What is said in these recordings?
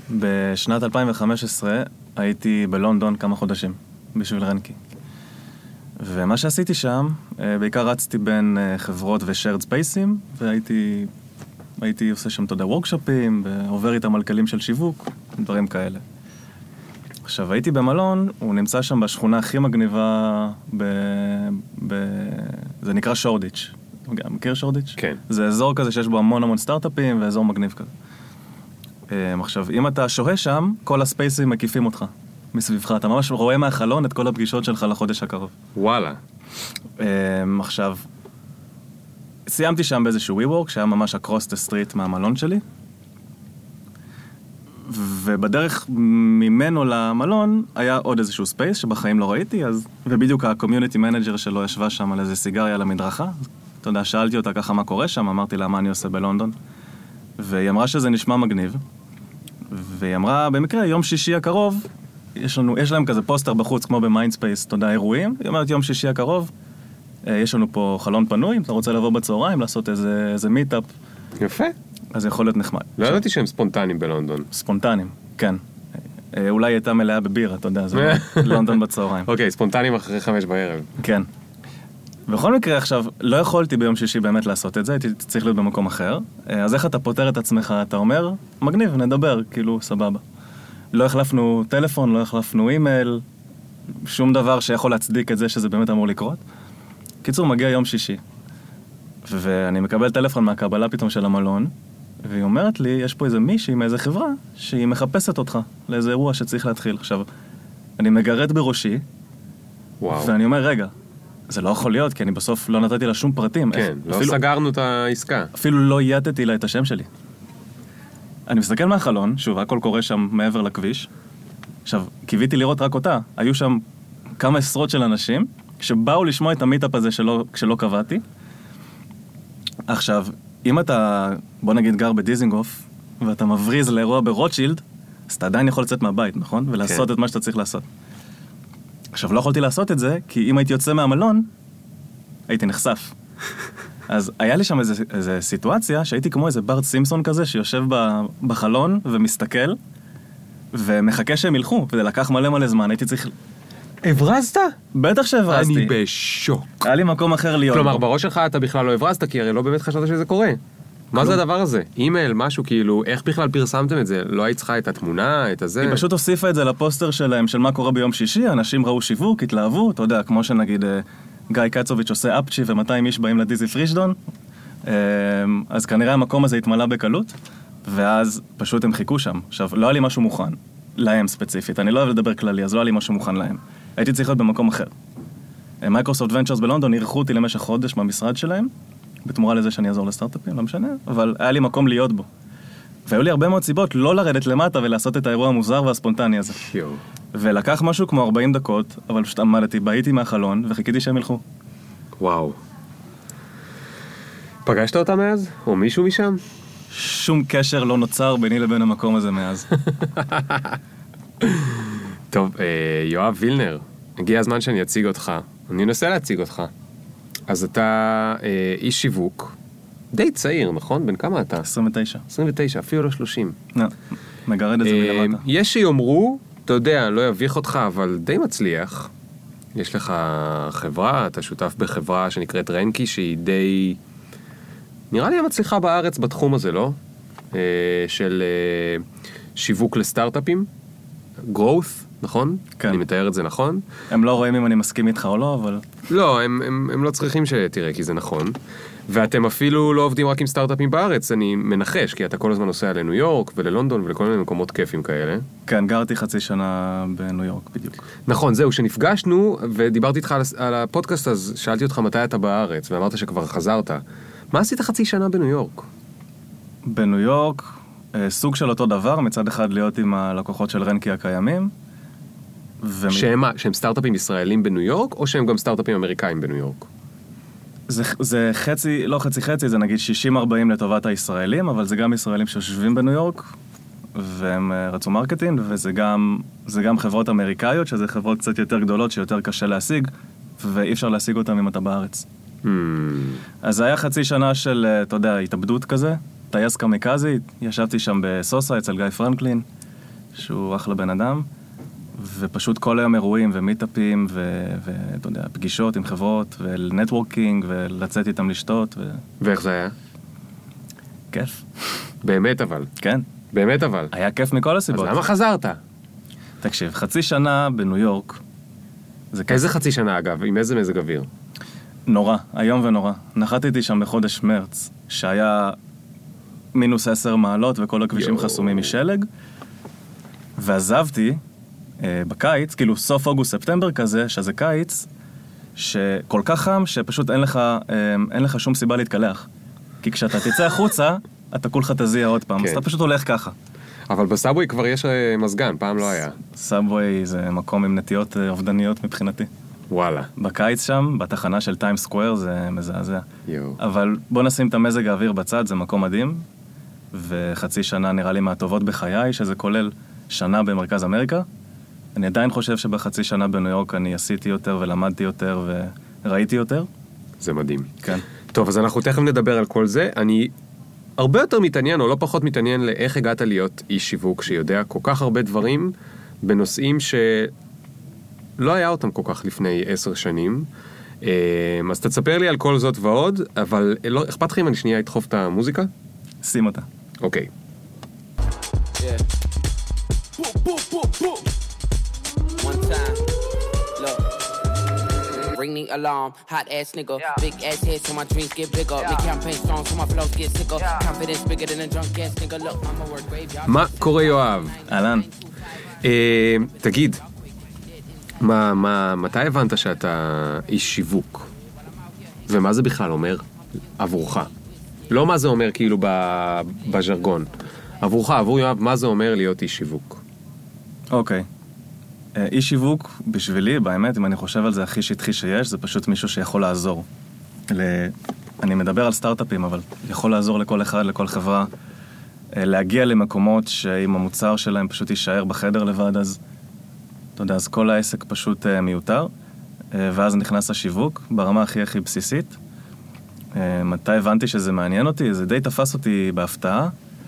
בשנת 2015 הייתי בלונדון כמה חודשים, בשביל רנקי. ומה שעשיתי שם, בעיקר רצתי בין חברות ו-shared spaces, והייתי עושה שם, אתה יודע, וורקשופים, ועובר איתם על כלים של שיווק, דברים כאלה. עכשיו, הייתי במלון, הוא נמצא שם בשכונה הכי מגניבה, זה נקרא שורדיץ'. מכיר שורדיץ'? כן. זה אזור כזה שיש בו המון סטארט-אפים, ואזור מגניב כזה. עכשיו, אם אתה שוהה שם, כל הספייסים מקיפים אותך, מסביבך. אתה ממש רואה מהחלון את כל הפגישות שלך לחודש הקרוב. וואלה. עכשיו, סיימתי שם באיזשהו WeWork, שהיה ממש across the street מהמלון שלי, ובדרך ממנו למלון היה עוד איזשהו ספייס שבחיים לא ראיתי, ובדיוק הקומיוניטי מנג'ר שלו ישבה שם על איזה סיגריה על המדרכה. אתה יודע, שאלתי אותה ככה מה קורה שם, אמרתי לה מה אני עושה בלונדון, והיא אמרה שזה נשמע מגניב, והיא אמרה, במקרה, יום שישי הקרוב, יש להם כזה פוסטר בחוץ, כמו במיינדספייס, אתה יודע, אירועים, היא אומרת, יום שישי הקרוב, יש לנו פה חלון פנוי, אם אתה רוצה לבוא בצהריים, לעשות איזה מיטאפ. יפה. אז יכול להיות נחמד. לא ידעתי שהם ספונטניים בלונדון. ספונטניים, כן. אולי היא הייתה מלאה בבירה, אתה יודע, זה לונדון בצהריים. אוקיי, ספונטניים אחרי 5 בערב. כן. בכל מקרה, עכשיו, לא יכולתי ביום שישי באמת לעשות את זה, הייתי צריך להיות במקום אחר. אז איך אתה פותר את עצמך? אתה אומר, מגניב, נדבר, כאילו, סבבה. לא החלפנו טלפון, לא החלפנו אימייל, שום דבר שיכול להצדיק את זה שזה באמת אמור לקרות. קיצור, מגיע יום שישי, ואני מקבל טלפון מהקבלה פתאום של המלון, והיא אומרת לי, יש פה איזה מישהי מאיזה חברה, שהיא מחפשת אותך לאיזה אירוע שצריך להתחיל. עכשיו, אני מגרד בראשי, וואו. ואני אומר, רגע, זה לא יכול להיות, כי אני בסוף לא נתתי לה שום פרטים. כן, לא סגרנו את העסקה. אפילו לא ידעתי לה את השם שלי. אני מסתכל מהחלון, שוב, הכל קורה שם מעבר לכביש. עכשיו, קיוויתי לראות רק אותה. היו שם כמה עשרות של אנשים, שבאו לשמוע את המיטאפ הזה כשלא קבעתי. עכשיו, אם אתה, בוא נגיד, גר בדיזינגוף, ואתה מבריז לאירוע ברוטשילד, אז אתה עדיין יכול לצאת מהבית, נכון? ולעשות את מה שאתה צריך לעשות. עכשיו, לא יכולתי לעשות את זה, כי אם הייתי יוצא מהמלון, הייתי נחשף. אז היה לי שם איזו סיטואציה, שהייתי כמו איזה בארט סימפסון כזה, שיושב בחלון ומסתכל, ומחכה שהם ילכו, וזה לקח מלא זמן, הייתי צריך... הברזת? בטח שהברזתי. אני בשוק. היה לי מקום אחר להיות. כלומר, בראש שלך אתה בכלל לא הברזת, כי הרי לא באמת חשבת שזה קורה. מה זה הדבר הזה? אימייל, משהו, כאילו, איך בכלל פרסמתם את זה? לא היית צריכה את התמונה, את הזה? היא פשוט הוסיפה את זה לפוסטר שלהם, של מה קורה ביום שישי, אנשים ראו שיווק, התלהבו, אתה יודע, כמו שנגיד גיא קצוביץ' עושה אפצ'י ו200 איש באים לדיזי פרישדון, אז כנראה המקום הזה התמלא בקלות, ואז פשוט הם חיכו שם. עכשיו, לא היה לי משהו מוכן, להם ספציפית, אני לא אוהב לדבר כללי, אז לא היה לי משהו מוכן להם. הייתי צריך להיות במקום אחר. מייקרוסופט ונצ'רס בלונדון אירחו אותי למשך חודש במשרד שלהם, בתמורה לזה שאני אעזור לסטארט-אפים, לא משנה, אבל היה לי מקום להיות בו. והיו לי הרבה מאוד סיבות לא לרדת למטה ולעשות את האירוע המוזר והספונטני הזה. ולקח משהו כמו 40 דקות, אבל פשוט עמדתי, באיתי מהחלון וחיכיתי שהם ילכו. וואו. פגשת אותה מאז? או מישהו משם? שום קשר לא נוצר ביני לבין המקום הזה מאז. טוב, יואב וילנר, הגיע הזמן שאני אציג אותך. אני אנסה להציג אותך. אז אתה איש שיווק, די צעיר, נכון? בן כמה אתה? 29. 29, אפילו לא 30. לא, מגרד את זה מלמטה. יש שיאמרו, אתה יודע, לא יביך אותך, אבל די מצליח. יש לך חברה, אתה שותף בחברה שנקראת רנקי, שהיא די... נראה לי המצליחה בארץ בתחום הזה, לא? של שיווק לסטארט-אפים. growth, נכון? כן. אני מתאר את זה נכון? הם לא רואים אם אני מסכים איתך או לא, אבל... לא, הם לא צריכים שתראה, כי זה נכון. ואתם אפילו לא עובדים רק עם סטארט-אפים בארץ, אני מנחש, כי אתה כל הזמן נוסע לניו יורק וללונדון ולכל מיני מקומות כיפים כאלה. כן, גרתי חצי שנה בניו יורק בדיוק. נכון, זהו, שנפגשנו ודיברתי איתך על הפודקאסט, אז שאלתי אותך מתי אתה בארץ, ואמרת שכבר חזרת. מה עשית חצי שנה בניו יורק? בניו יורק, סוג של אותו דבר, מצד אחד להיות עם הלקוחות של רנקי הקיימים. שהם סטארט-אפים ישראלים בניו יורק, או שהם גם סטארט-אפים אמריקאים בניו יורק? זה חצי, לא חצי, זה נגיד 60-40 לטובת הישראלים, אבל זה גם ישראלים שיושבים בניו יורק, והם רצו מרקטינג, וזה גם חברות אמריקאיות, שזה חברות קצת יותר גדולות, שיותר קשה להשיג, ואי אפשר להשיג אותם אם אתה בארץ. אז זה היה חצי שנה של, אתה יודע, התאבדות כזה, טייס קמיקזי, ישבתי שם בסוסה אצל גיא פרנקלין, שהוא אחלה בן אדם, ופשוט כל היום אירועים ומיטאפים, ואתה יודע, פגישות עם חברות, ולנטוורקינג, ולצאת איתם לשתות. ואיך זה היה? כיף. באמת אבל. כן. באמת אבל. היה כיף מכל הסיבות. אז למה חזרת? תקשיב, חצי שנה בניו יורק, זה כיף. איזה חצי שנה אגב? עם איזה מזג אוויר? נורא, היום ונורא. נחתתי שם בחודש מרץ, שהיה מינוס 10 מעלות וכל הכבישים חסומים משלג, ועזבתי בקיץ, כאילו סוף אוגוסט-ספטמבר כזה, שזה קיץ, שכל כך חם שפשוט אין לך שום סיבה להתקלח. כי כשאתה תצא החוצה, אתה כולך תזיע עוד פעם, אז אתה פשוט הולך ככה. אבל בסאבווי כבר יש מזגן, פעם לא היה. סאבווי זה מקום עם נטיות אובדניות מבחינתי. וואלה. בקיץ שם, בתחנה של טיים סקוואר, זה מזעזע. יו. אבל בוא נשים את המזג האוויר בצד, זה מקום מדהים, וחצי שנה נראה לי מהטובות בחיי, שזה כולל שנה במרכז אמריקה. אני עדיין חושב שבחצי שנה בניו יורק אני עשיתי יותר ולמדתי יותר וראיתי יותר. זה מדהים. כן. טוב, אז אנחנו תכף נדבר על כל זה. אני הרבה יותר מתעניין, או לא פחות מתעניין, לאיך הגעת להיות איש שיווק שיודע כל כך הרבה דברים בנושאים שלא היה אותם כל כך לפני 10 שנים. אז תספר לי על כל זאת ועוד, אבל לא, אכפת לך אם אני שנייה אדחוף את המוזיקה? שים אותה. אוקיי. Ring the alarm, hot ass nigga. Big ass head so my dreams get bigger. Make campaign strong so my flows get sicker. Confidence bigger than a drunk ass nigga. Look, I'ma work graveyard. מה קורה יואב? אהלן. תגיד, מתי הבנת שאתה איש שיווק? ומה זה בכלל אומר עבורך? לא מה זה אומר כאילו בז'רגון. עבורך, עבור יואב, מה זה אומר להיות איש שיווק? אוקיי. איש שיווק, בשבילי, באמת, אם אני חושב על זה הכי שטחי שיש, זה פשוט מישהו שיכול לעזור. אני מדבר על סטארט-אפים, אבל יכול לעזור לכל אחד, לכל חברה, להגיע למקומות שעם המוצר שלהם פשוט יישאר בחדר לבד, אז אתה יודע, אז כל העסק פשוט מיותר, ואז נכנס השיווק, ברמה הכי בסיסית. מתי הבנתי שזה מעניין אותי? זה די תפס אותי בהפתעה.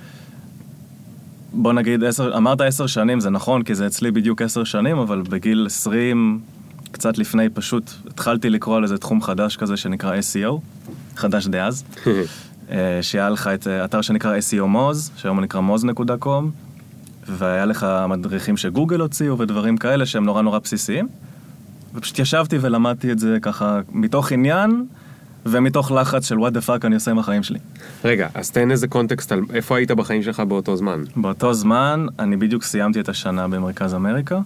בוא נגיד, אמרת 10 שנים, זה נכון, כי זה אצלי בדיוק 10 שנים, אבל בגיל 20, קצת לפני, פשוט התחלתי לקרוא על איזה תחום חדש כזה שנקרא SEO, חדש דאז, שהיה לך את אתר שנקרא SEO מוז, שהיום הוא נקרא moz.com, והיה לך מדריכים שגוגל הוציאו ודברים כאלה שהם נורא בסיסיים, ופשוט ישבתי ולמדתי את זה ככה מתוך עניין, ומתוך לחץ של what the fuck אני עושה עם החיים שלי. רגע, אז תן איזה קונטקסט על איפה היית בחיים שלך באותו זמן? באותו זמן, אני בדיוק סיימתי את השנה במרכז אמריקה.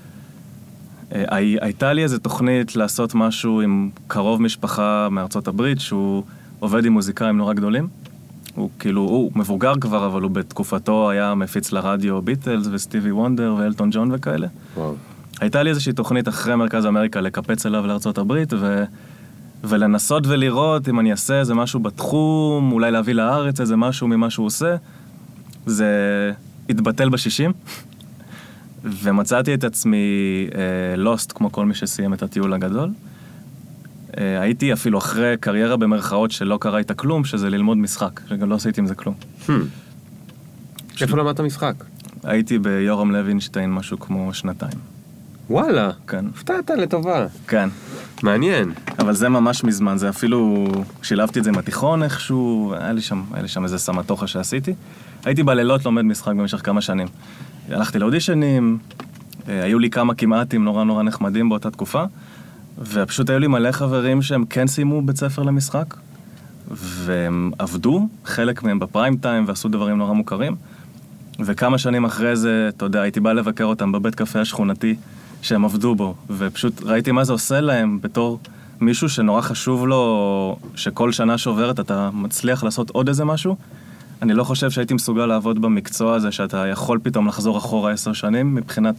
הייתה לי איזו תוכנית לעשות משהו עם קרוב משפחה מארצות הברית, שהוא עובד עם מוזיקאים נורא גדולים. הוא כאילו, הוא מבוגר כבר, אבל הוא בתקופתו היה מפיץ לרדיו ביטלס וסטיבי וונדר ואלטון ג'ון וכאלה. וואו. הייתה לי איזושהי תוכנית אחרי מרכז אמריקה לקפץ אליו לארצות הברית, ולנסות ולראות אם אני אעשה איזה משהו בתחום, אולי להביא לארץ איזה משהו ממה שהוא עושה. זה התבטל ב-60, ומצאתי את עצמי לוסט, כמו כל מי שסיים את הטיול הגדול. הייתי אפילו אחרי קריירה במרכאות שלא קרה איתה כלום, שזה ללמוד משחק, שגם לא עשיתי עם זה כלום. איפה למדת משחק? הייתי ביורם לוינשטיין משהו כמו 2 וואלה, כן. הפתעת לטובה. כן. מעניין. אבל זה ממש מזמן, זה אפילו, שילבתי את זה עם התיכון איכשהו, היה לי שם איזה סמטוחה שעשיתי. הייתי בלילות לומד משחק במשך כמה שנים. הלכתי לאודישנים, היו לי כמה כמעטים נורא נחמדים באותה תקופה, ופשוט היו לי מלא חברים שהם כן סיימו בית ספר למשחק, והם עבדו, חלק מהם בפריים טיים, ועשו דברים נורא מוכרים, וכמה שנים אחרי זה, אתה יודע, הייתי בא לבקר אותם בבית קפה השכונתי, שהם עבדו בו, ופשוט ראיתי מה זה עושה להם בתור מישהו שנורא חשוב לו שכל שנה שעוברת אתה מצליח לעשות עוד איזה משהו. אני לא חושב שהייתי מסוגל לעבוד במקצוע הזה שאתה יכול פתאום לחזור אחורה 10 שנים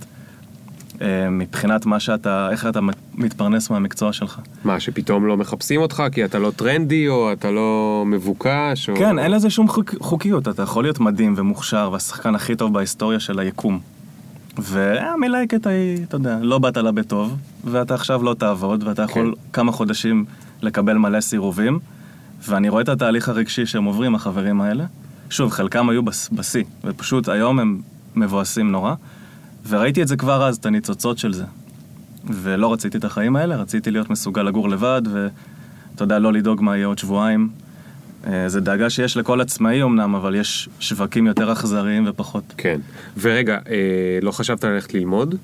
מבחינת מה שאתה, איך אתה מתפרנס מהמקצוע שלך. מה, שפתאום לא מחפשים אותך כי אתה לא טרנדי או אתה לא מבוקש? או... כן, אין לזה שום חוקיות. אתה יכול להיות מדהים ומוכשר והשחקן הכי טוב בהיסטוריה של היקום. והמילה הקטע היא, אתה יודע, לא באת לה בטוב, ואתה עכשיו לא תעבוד, ואתה יכול כמה חודשים לקבל מלא סירובים, ואני רואה את התהליך הרגשי שהם עוברים, החברים האלה. שוב, חלקם היו בשיא, ופשוט היום הם מבואסים נורא, וראיתי את זה כבר אז, את הניצוצות של זה. ולא רציתי את החיים האלה, רציתי להיות מסוגל לגור לבד, ואתה יודע, לא לדאוג מה יהיה עוד שבועיים. זה דאגה שיש לכל עצמאי אמנם, אבל יש שווקים יותר אכזריים ופחות. כן. ורגע, לא חשבת ללכת ללמוד?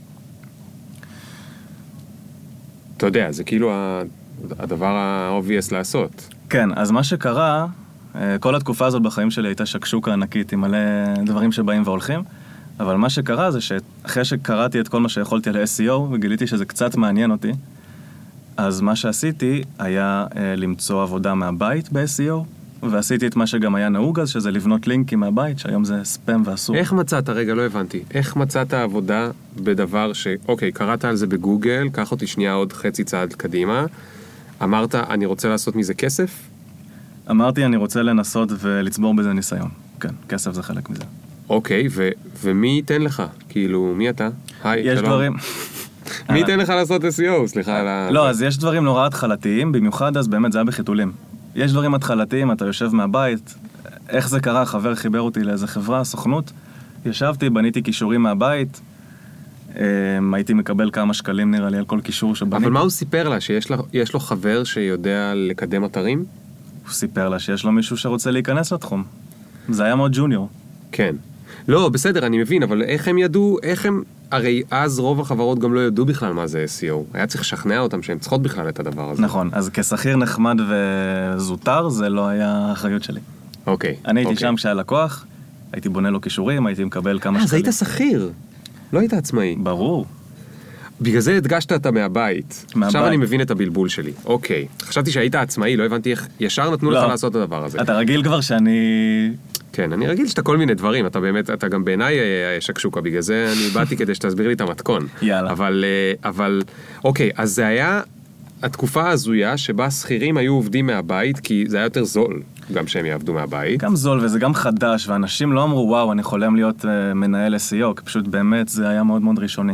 אתה יודע, זה כאילו הדבר ה-obvious לעשות. כן, אז מה שקרה, כל התקופה הזאת בחיים שלי הייתה שקשוקה ענקית עם מלא דברים שבאים והולכים, אבל מה שקרה זה שאחרי שקראתי את כל מה שיכולתי על SEO וגיליתי שזה קצת מעניין אותי, אז מה שעשיתי היה למצוא עבודה מהבית ב-SEO, ועשיתי את מה שגם היה נהוג אז, שזה לבנות לינקים מהבית, שהיום זה ספאם ואסור. איך מצאת, רגע, לא הבנתי, איך מצאת עבודה בדבר אוקיי, קראת על זה בגוגל, קח אותי שנייה עוד חצי צעד קדימה, אמרת, אני רוצה לעשות מזה כסף? אמרתי, אני רוצה לנסות ולצבור בזה ניסיון. כן, כסף זה חלק מזה. אוקיי, ומי ייתן לך? כאילו, מי אתה? היי, יש שלום. דברים... מי ייתן לך לעשות SEO? סליחה על ה... לא, אז יש דברים נורא התחלתיים, במיוחד אז באמת זה היה בחיתולים. יש דברים התחלתיים, אתה יושב מהבית, איך זה קרה? חבר חיבר אותי לאיזה חברה, סוכנות, ישבתי, בניתי קישורים מהבית, הייתי מקבל כמה שקלים נראה לי על כל קישור שבניתי. אבל מה הוא סיפר לה? שיש לו חבר שיודע לקדם אתרים? הוא סיפר לה שיש לו מישהו שרוצה להיכנס לתחום. זה היה מאוד ג'וניור. כן. לא, בסדר, אני מבין, אבל איך הם ידעו, הרי אז רוב החברות גם לא ידעו בכלל מה זה SEO. היה צריך לשכנע אותם שהן צריכות בכלל את הדבר הזה. נכון, אז כשכיר נחמד וזוטר, זה לא היה האחריות שלי. אוקיי. אני הייתי שם כשהיה לקוח, הייתי בונה לו קישורים, הייתי מקבל כמה שקלים. אז היית שכיר, לא היית עצמאי. ברור. בגלל זה הדגשת אתה מהבית. עכשיו אני מבין את הבלבול שלי. אוקיי. חשבתי שהיית עצמאי, לא הבנתי איך ישר נתנו לך לעשות את הדבר הזה. אתה רגיל כבר שאני... כן, אני רגיל שאתה כל מיני דברים, אתה גם בעיניי שקשוקה, בגלל זה אני באתי כדי שתסביר לי את המתכון. יאללה. אבל, אוקיי, אז זה היה התקופה הזויה שבה שכירים היו עובדים מהבית, כי זה היה יותר זול, גם שהם יעבדו מהבית. גם זול וזה גם חדש, ואנשים לא אמרו, וואו, אני חולם להיות מנהל SEO, כי פשוט באמת זה היה מאוד מאוד ראשוני.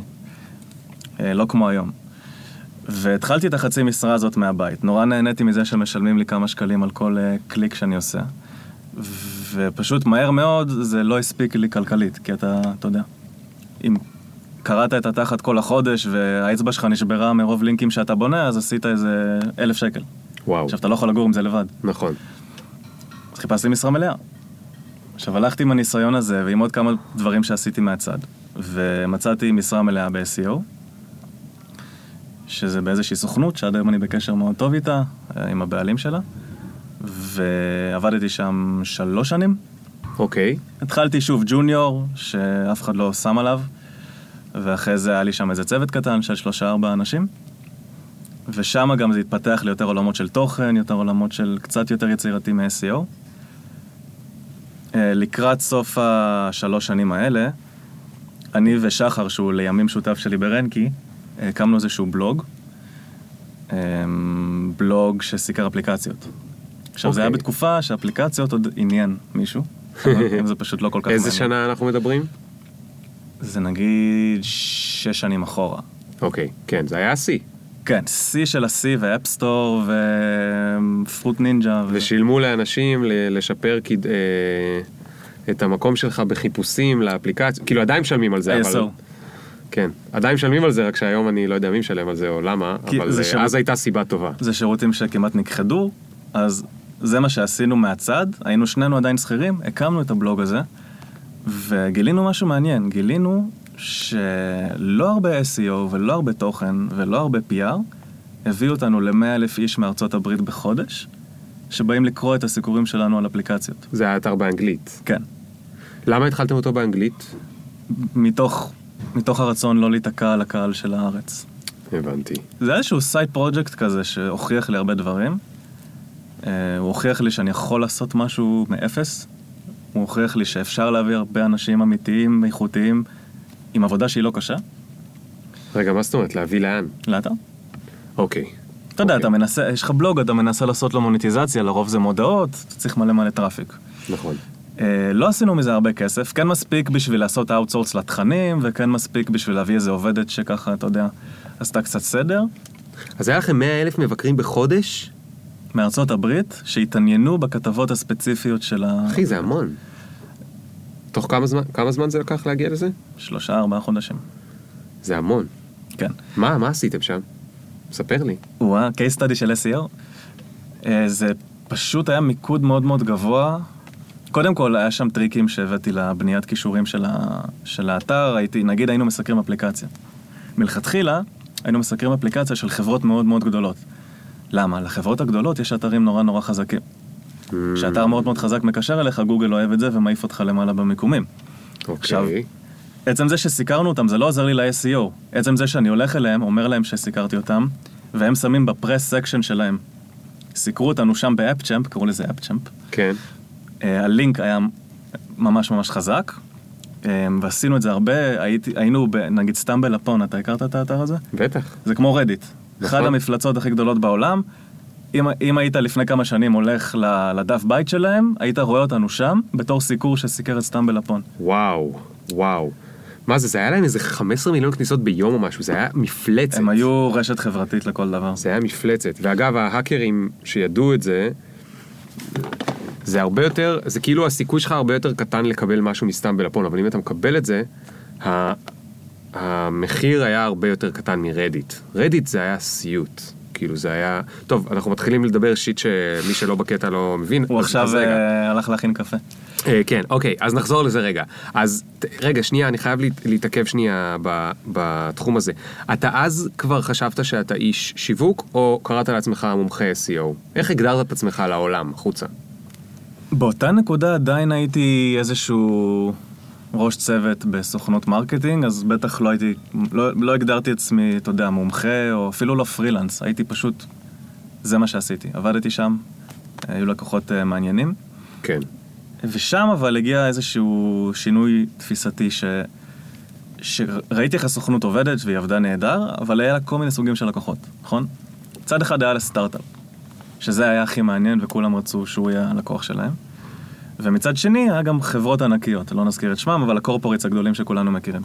לא כמו היום. והתחלתי את החצי משרה הזאת מהבית. נורא נהניתי מזה שמשלמים לי כמה שקלים על כל קליק שאני עושה. ופשוט מהר מאוד זה לא הספיק לי כלכלית, כי אתה יודע, אם קראת את התחת כל החודש והאצבע שלך נשברה מרוב לינקים שאתה בונה, אז עשית איזה 1,000 שקל. וואו. עכשיו אתה לא יכול לגור עם זה לבד. נכון. אז חיפשתי משרה מלאה. עכשיו הלכתי עם הניסיון הזה ועם עוד כמה דברים שעשיתי מהצד, ומצאתי משרה מלאה ב-SEO, שזה באיזושהי סוכנות, שעד היום אני בקשר מאוד טוב איתה, עם הבעלים שלה, ועבדתי שם 3 שנים. אוקיי. התחלתי שוב ג'וניור, שאף אחד לא שם עליו, ואחרי זה היה לי שם איזה צוות קטן של 3-4 אנשים, ושם גם זה התפתח לי יותר עולמות של תוכן, יותר עולמות של קצת יותר יצירתי מ-SEO. לקראת סוף 3 שנים האלה, אני ושחר, שהוא לימים שותף שלי ברנקי, הקמנו איזשהו בלוג שסיקר אפליקציות. עכשיו, זה היה בתקופה שאפליקציות עוד עניין מישהו, אבל זה פשוט לא כל כך מעניין. איזה שנה אנחנו מדברים? זה נגיד 6 שנים אחורה. אוקיי, כן, זה היה C. כן, C של ה-C ואפסטור ופרוט נינג'ה. ושילמו לאנשים לשפר את המקום שלך בחיפושים לאפליקציה, כאילו עדיין משלמים על זה, אבל... כן, עדיין משלמים על זה, רק שהיום אני לא יודע מי משלם על זה או למה, אבל אז הייתה סיבה טובה. זה שירותים שכמעט נכחדו, אז זה מה שעשינו מהצד, היינו שנינו עדיין שכירים, הקמנו את הבלוג הזה, וגילינו משהו מעניין, גילינו שלא הרבה SEO ולא הרבה תוכן ולא הרבה PR, הביאו אותנו ל100,000 איש מארצות הברית בחודש, שבאים לקרוא את הסיכורים שלנו על אפליקציות. זה היה אתר באנגלית? כן. למה התחלתם אותו באנגלית? מתוך הרצון לא להתעקע על הקהל של הארץ. הבנתי. זה איזשהו סייד פרויקט כזה שהוכיח לי הרבה דברים. הוא הוכיח לי שאני יכול לעשות משהו מאפס. הוא הוכיח לי שאפשר להביא הרבה אנשים אמיתיים, איכותיים, עם עבודה שהיא לא קשה. רגע, מה זאת אומרת? להביא לאן? לאתר. אוקיי. אתה יודע, אתה מנסה, יש לך בלוג, אתה מנסה לעשות לו מוניטיזציה, לרוב זה מודעות, אתה צריך מלא טראפיק. נכון. לא עשינו מזה הרבה כסף, כן מספיק בשביל לעשות אאוטסורס לתכנים, וכן מספיק בשביל להביא איזה עובדת שככה, אתה יודע, עשתה קצת סדר. אז היה לכם 100,000 מבקרים בחודש? מארצות הברית, שהתעניינו בכתבות הספציפיות של אחי, זה המון. תוך כמה זמן זה לקח להגיע לזה? 3-4 חודשים. זה המון. כן. מה עשיתם שם? ספר לי. case study של SEO. זה פשוט היה מיקוד מאוד מאוד גבוה. קודם כל, היה שם טריקים שהבאתי לבניית קישורים של האתר. נגיד, היינו מסקרים אפליקציה. מלכתחילה, היינו מסקרים אפליקציה של חברות מאוד מאוד גדולות. למה? לחברות הגדולות יש אתרים נורא נורא חזקים. כשאתר מאוד מאוד חזק מקשר אליך, גוגל אוהב את זה ומעיף אותך למעלה במיקומים. עכשיו, עצם זה שסיקרנו אותם, זה לא עוזר לי ל-SEO. עצם זה שאני הולך אליהם, אומר להם שסיקרתי אותם, והם שמים בפרס סקשן שלהם. סיקרו אותנו שם באפצ'מפ, קראו לזה אפצ'מפ. כן. הלינק היה ממש ממש חזק, ועשינו את זה הרבה. היינו, נגיד, סטמבל אפון, אתה הכרת את האתר הזה? בטח. זה כמו רדיט. אחד המפלצות הכי גדולות בעולם. אם היית לפני כמה שנים הולך לדף בית שלהם, היית רואה אותנו שם, בתור סיקור שסיקר את סטמבל אפון. וואו. מה זה היה להם איזה 15 מיליון כניסות ביום או משהו, זה היה מפלצת. הם היו רשת חברתית לכל דבר. זה היה מפלצת. ואגב, ההאקרים שידעו את זה, זה הרבה יותר, זה כאילו הסיכוי שלך הרבה יותר קטן לקבל משהו מסטמבל אפון, אבל אם אתה מקבל את זה, המחיר היה הרבה יותר קטן מרדיט. רדיט זה היה סיוט. כאילו זה היה... טוב, אנחנו מתחילים לדבר שיט שמי שלא בקטע לא מבין. הוא עכשיו הלך להכין קפה. כן, אוקיי, אז נחזור לזה רגע. אז רגע, שנייה, אני חייב להתעכב שנייה בתחום הזה. אתה אז כבר חשבת שאתה איש שיווק, או קראת לעצמך מומחה SEO? איך הגדרת את עצמך לעולם, חוצה? באותה נקודה עדיין הייתי איזשהו ראש צוות בסוכנות מרקטינג, אז בטח לא הגדרתי עצמי, אתה יודע, מומחה, או אפילו לא פרילנס. הייתי פשוט, זה מה שעשיתי. עבדתי שם, היו לקוחות מעניינים. כן. ושם אבל הגיע איזשהו שינוי תפיסתי שראיתי איך הסוכנות עובדת והיא עבדה נהדר, אבל היה לה כל מיני סוגים של לקוחות, נכון? צד אחד היה לסטארט-אפ, שזה היה הכי מעניין וכולם רצו שהוא יהיה הלקוח שלהם. ומצד שני היה גם חברות ענקיות, לא נזכיר את שמם, אבל הקורפוריטס הגדולים שכולנו מכירים.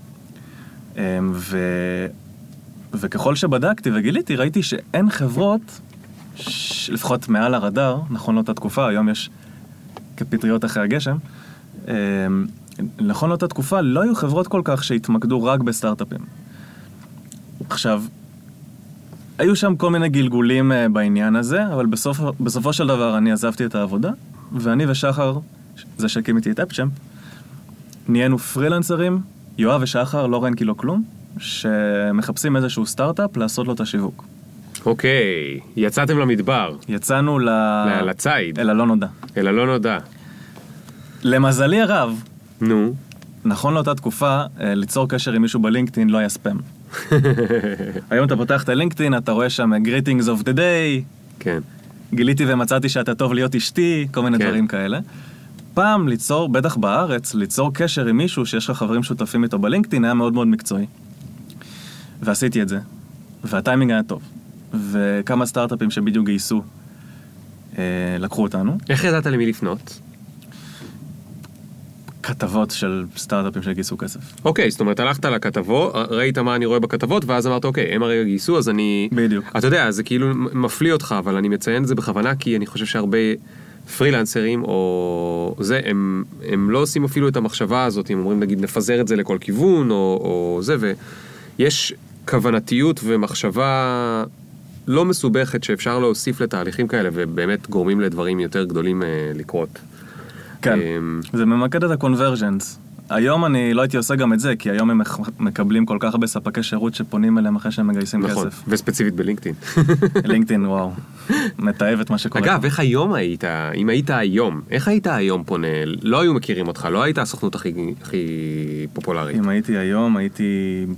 וככל שבדקתי וגיליתי, ראיתי שאין חברות, לפחות מעל הרדאר, נכון לאותה תקופה, היום יש כפטריות אחרי הגשם, נכון לאותה תקופה לא היו חברות כל כך שהתמקדו רק בסטארט-אפים. עכשיו, היו שם כל מיני גלגולים בעניין הזה, אבל בסופו של דבר אני עזבתי את העבודה, ואני ושחר, זה שהקים איתי את אפצ'מפ, נהיינו פרילנסרים, יואב ושחר, לא רנקי לא כלום, שמחפשים איזשהו סטארט-אפ לעשות לו את השיווק. אוקיי, יצאתם למדבר. יצאנו לציד. אל הלא נודע. אל הלא נודע. למזלי הרב, נו. נכון לאותה תקופה, ליצור קשר עם מישהו בלינקדאין לא היה ספאם. היום אתה פותח את הלינקדאין, אתה רואה שם greetings of the day. כן. גיליתי ומצאתי שאתה טוב להיות אשתי, כל מיני דברים כאלה. פעם ליצור, בטח בארץ, ליצור קשר עם מישהו שיש לך חברים שותפים איתו בלינקדאין, היה מאוד מאוד מקצועי. ועשיתי את זה. והטיימינג היה טוב. וכמה סטארט-אפים שבדיוק גייסו, לקחו אותנו. איך ידעת למי לפנות? כתבות של סטארט-אפים שגייסו כסף. אוקיי, זאת אומרת, הלכת לכתבות, ראית מה אני רואה בכתבות, ואז אמרת, אוקיי, הם הרי גייסו, אז אני... בדיוק. אתה יודע, זה כאילו מפליא אותך, אבל אני מציין את זה בכוונה, כי אני חושב שהרבה פרילנסרים, או זה, הם לא עושים אפילו את המחשבה הזאת, הם אומרים, נגיד, נפזר את זה לכל כיוון, או זה, ויש כוונתיות ומחשבה לא מסובכת שאפשר להוסיף לתהליכים כאלה, ובאמת גורמים לדברים יותר גדולים לקרות. כן, זה ממקד את הקונברג'נס. היום אני לא הייתי עושה גם את זה, כי היום הם מקבלים כל כך הרבה ספקי שירות שפונים אליהם אחרי שהם מגייסים כסף. נכון, וספציפית בלינקדאין. לינקדאין, וואו, מתאהב את מה שקורה. אגב, איך היום היית, אם היית היום, איך היית היום פונה? לא היו מכירים אותך, לא היית הסוכנות הכי פופולרית. אם הייתי היום, הייתי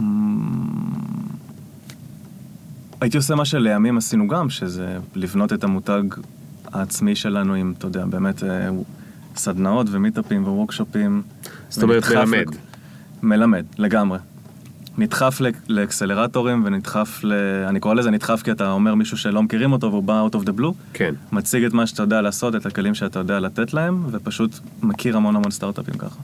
עושה מה שלימים עשינו גם, שזה לבנות את המותג העצמי שלנו עם, אתה יודע, באמת סדנאות ומיטאפים וורקשופים. זאת אומרת, מלמד, לגמרי. נדחף לאקסלרטורים ונדחף אני קורא לזה נדחף כי אתה אומר מישהו שלא מכירים אותו והוא בא out of the blue. כן. מציג את מה שאתה יודע לעשות, את הכלים שאתה יודע לתת להם, ופשוט מכיר המון סטארט-אפים ככה.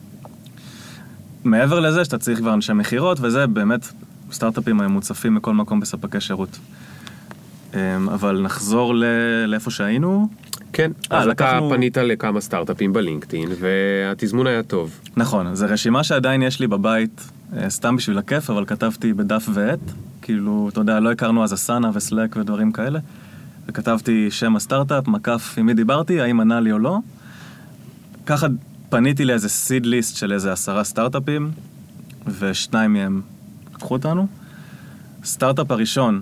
מעבר לזה שאתה צריך כבר אנשי מחירות, וזה באמת סטארט-אפים מוצפים מכל מקום בספקי שירות. אבל נחזור לאיפה שהיינו. כן, אז אתה לקחנו- פנית לכמה סטארט-אפים בלינקדאין, והתזמון היה טוב. נכון, זו רשימה שעדיין יש לי בבית, סתם בשביל הכיף, אבל כתבתי בדף ועט, כאילו, אתה יודע, לא הכרנו אז אסנה וסלק ודברים כאלה, וכתבתי שם הסטארט-אפ, מקף עם מי דיברתי, האם ענה לי או לא. ככה פניתי לאיזה סיד ליסט של איזה 10 סטארט-אפים, ושניים מהם לקחו אותנו. סטארט-אפ הראשון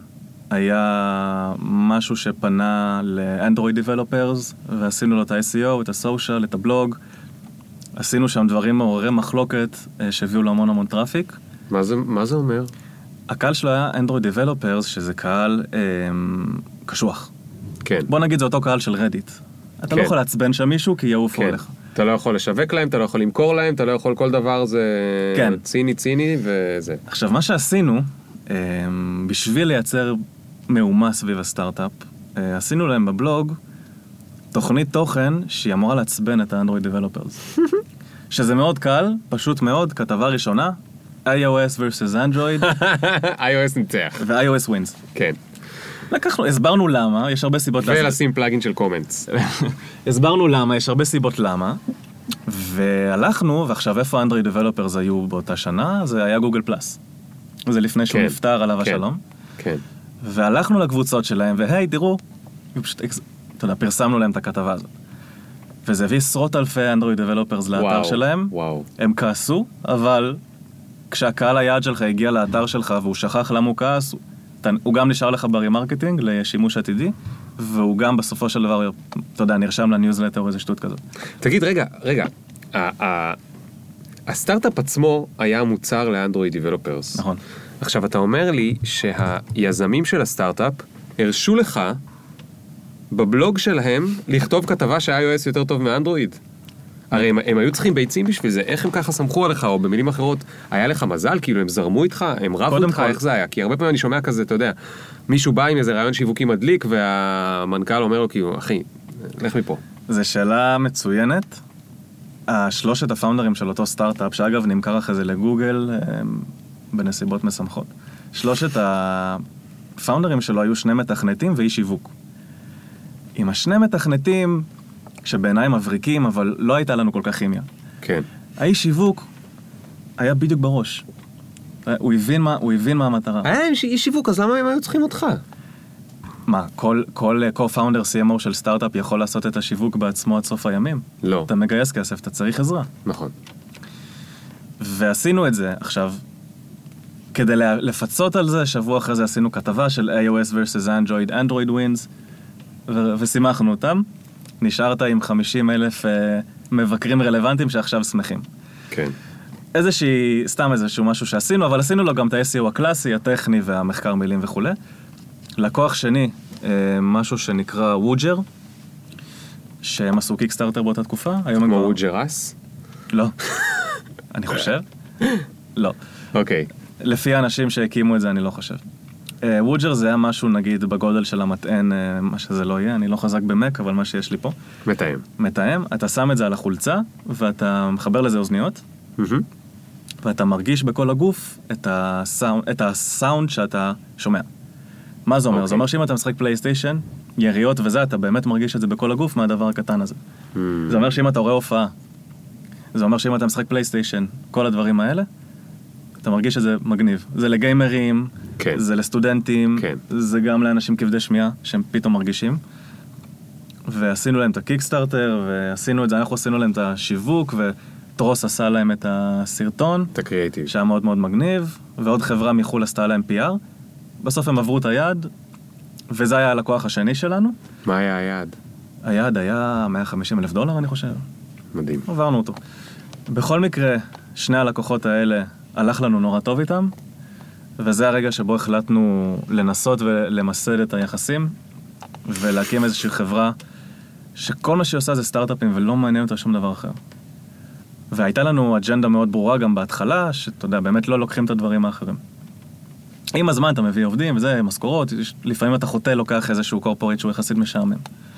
היה משהו שפנה לאנדרואיד דיבלופרס, ועשינו לו את ה-SEO, את הסושיאל, את הבלוג. עשינו שם דברים מעוררי מחלוקת שהביאו לו המון טראפיק. מה זה אומר? הקהל שלו היה אנדרואיד דיבלופרס, שזה קהל קשוח. כן. בוא נגיד, זה אותו קהל של רדיט. אתה לא כן. יכול לעצבן שם מישהו כי יעופו כן. עליך. אתה לא יכול לשווק להם, אתה לא יכול למכור להם, אתה לא יכול כל דבר, זה כן. ציני וזה. עכשיו, מה שעשינו, בשביל לייצר מהומה סביב הסטארט-אפ, עשינו להם בבלוג תוכנית תוכן שהיא אמורה לעצבן את האנדרואיד דיבלופרס. שזה מאוד קל, פשוט מאוד, כתבה ראשונה, iOS versus Android, iOS ניצח. ו-iOS wins. כן. לקחנו, הסברנו למה, יש הרבה סיבות ולשים פלאגין של קומנטס. הסברנו למה, יש הרבה סיבות למה, והלכנו, ועכשיו איפה האנדרואיד דיבלופרס היו באותה שנה? זה היה גוגל פלאס. זה לפני שהוא כן. נפטר עליו כן. השלום. כן. והלכנו לקבוצות שלהם, והי, תראו, פשוט, אתה יודע, פרסמנו להם את הכתבה הזאת. וזה הביא עשרות אלפי אנדרואיד דיבלופרס לאתר וואו, שלהם. וואו. הם כעסו, אבל כשהקהל היעד שלך הגיע לאתר שלך והוא שכח למה הוא כעס, הוא גם נשאר לך ברימרקטינג לשימוש עתידי, והוא גם בסופו של דבר, אתה יודע, נרשם לניוזלטר או איזה שטות כזאת. תגיד, רגע. הסטארט-אפ עצמו היה מוצר לאנדרואיד דיבלופרס. נכון. עכשיו, אתה אומר לי שהיזמים של הסטארט-אפ הרשו לך בבלוג שלהם לכתוב כתבה שה-iOS יותר טוב מאנדרואיד. הרי הם היו צריכים ביצים בשביל זה, איך הם ככה סמכו עליך, או במילים אחרות, היה לך מזל, כאילו הם זרמו איתך, הם רבו קודם איתך, כל. איך זה היה? כי הרבה פעמים אני שומע כזה, אתה יודע, מישהו בא עם איזה רעיון שיווקי מדליק, והמנכ"ל אומר לו, כאילו, אחי, לך מפה. זו שאלה מצוינת. שלושת הפאונדרים של אותו סטארט-אפ, שאגב נמכר אחרי זה לגוגל, בנסיבות משמחות. שלושת הפאונדרים שלו היו 2 מתכנתים ואיש שיווק. עם השני מתכנתים, שבעיניי מבריקים, אבל לא הייתה לנו כל כך כימיה. כן. האיש שיווק היה בדיוק בראש. הוא הבין מה המטרה. היה להם איש שיווק, אז למה הם היו צריכים אותך? מה, כל co-founder CMO של סטארט-אפ יכול לעשות את השיווק בעצמו עד סוף הימים? לא. אתה מגייס כסף, אתה צריך עזרה. נכון. ועשינו את זה. עכשיו, כדי לפצות על זה, שבוע אחרי זה עשינו כתבה של iOS versus Android, Android wins, ושימחנו אותם. נשארת עם 50,000 מבקרים רלוונטיים שעכשיו שמחים. כן. סתם איזשהו משהו שעשינו, אבל עשינו לו גם את ה-SEO הקלאסי, הטכני והמחקר מילים וכו'. לקוח שני, משהו שנקרא ווג'ר, שהם עשו קיקסטארטר באותה תקופה. כמו ווג'רס? לא. אני חושב? לא. אוקיי. לפי האנשים שהקימו את זה, אני לא חושב. ווג'ר זה היה משהו, נגיד, בגודל של המטען, מה שזה לא יהיה, אני לא חזק במק, אבל מה שיש לי פה. מתאם, אתה שם את זה על החולצה, ואתה מחבר לזה אוזניות, ואתה מרגיש בכל הגוף את הסאונד שאתה שומע. מה זה אומר? זה אומר שאם אתה משחק פלייסטיישן, יריות וזה, אתה באמת מרגיש את זה בכל הגוף מהדבר הקטן הזה. זה אומר שאם אתה רואה הופעה, זה אומר שאם אתה משחק פלייסטיישן, כל הדברים האלה, אתה מרגיש שזה מגניב. זה לגיימרים, כן. זה לסטודנטים, כן. זה גם לאנשים כבדי שמיעה, שהם פתאום מרגישים. ועשינו להם את הקיקסטארטר, ועשינו את זה, אנחנו עשינו להם את השיווק, וטרוס עשה להם את הסרטון. את הקריאטיב. שהיה מאוד מאוד מגניב, ועוד חברה מחול עשתה להם PR. בסוף הם עברו את היעד, וזה היה הלקוח השני שלנו. מה היה היעד? היעד היה $150,000, אני חושב. מדהים. עברנו אותו. בכל מקרה, שני הלקוחות האלה, הלך לנו נורא טוב איתם, וזה הרגע שבו החלטנו לנסות ולמסד את היחסים, ולהקים איזושהי חברה שכל מה שהיא עושה זה סטארט-אפים ולא מעניין אותה שום דבר אחר. והייתה לנו אג'נדה מאוד ברורה גם בהתחלה, שאתה יודע, באמת לא לוקחים את הדברים האחרים. עם הזמן אתה מביא עובדים, וזה משכורות, לפעמים אתה חוטא לוקח איזשהו קורפורט שהוא יחסית משעמם.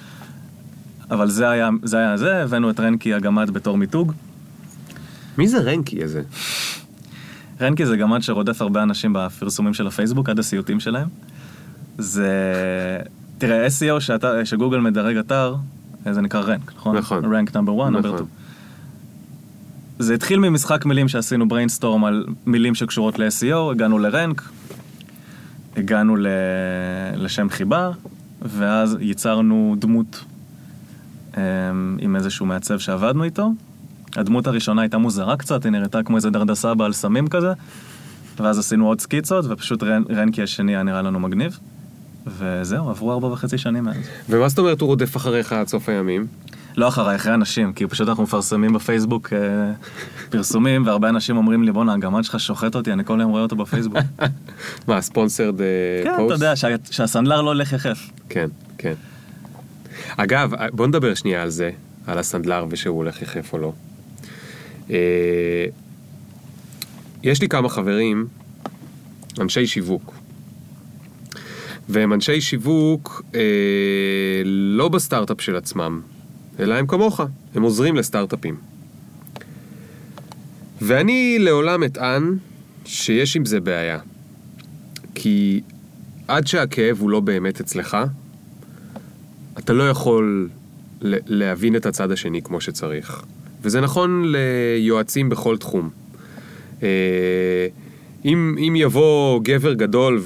אבל זה היה זה, הבאנו את רנקי הגמד בתור מיתוג. מי זה רנקי הזה? רנקי זה גמד שרודף הרבה אנשים בפרסומים של הפייסבוק, עד הסיוטים שלהם. זה... תראה, SEO שגוגל מדרג אתר, זה נקרא רנק, נכון? נכון. רנק נאמבר 1, נאמבר 2. נכון. זה התחיל ממשחק מילים שעשינו בריינסטורם על מילים שקשורות ל-SEO, הגענו לרנק, הגענו לשם חיבה, ואז ייצרנו דמות עם איזשהו מעצב שעבדנו איתו. הדמות הראשונה הייתה מוזרה קצת, היא נראתה כמו איזה דרדסה בעל סמים כזה, ואז עשינו עוד סקיצות, ופשוט רנקי השני היה נראה לנו מגניב, וזהו, עברו 4.5 שנים מאז. ומה זאת אומרת הוא רודף אחריך עד סוף הימים? לא אחרי אנשים, כי פשוט אנחנו מפרסמים בפייסבוק פרסומים, והרבה אנשים אומרים לי, בוא'נה, הגמד שלך שוחט אותי, אני כל יום רואה אותו בפייסבוק. מה, ספונסרד פוסט? כן, אתה יודע, שהסנדלר לא הולך יחף. כן, כן. אגב, בוא נדבר שנייה על זה, על הסנדלר ושהוא הולך יחף או לא. יש לי כמה חברים, אנשי שיווק. והם אנשי שיווק לא בסטארט-אפ של עצמם, אלא הם כמוך, הם עוזרים לסטארט-אפים. ואני לעולם אטען שיש עם זה בעיה. כי עד שהכאב הוא לא באמת אצלך, אתה לא יכול להבין את הצד השני כמו שצריך. וזה נכון ליועצים בכל תחום. אם יבוא גבר גדול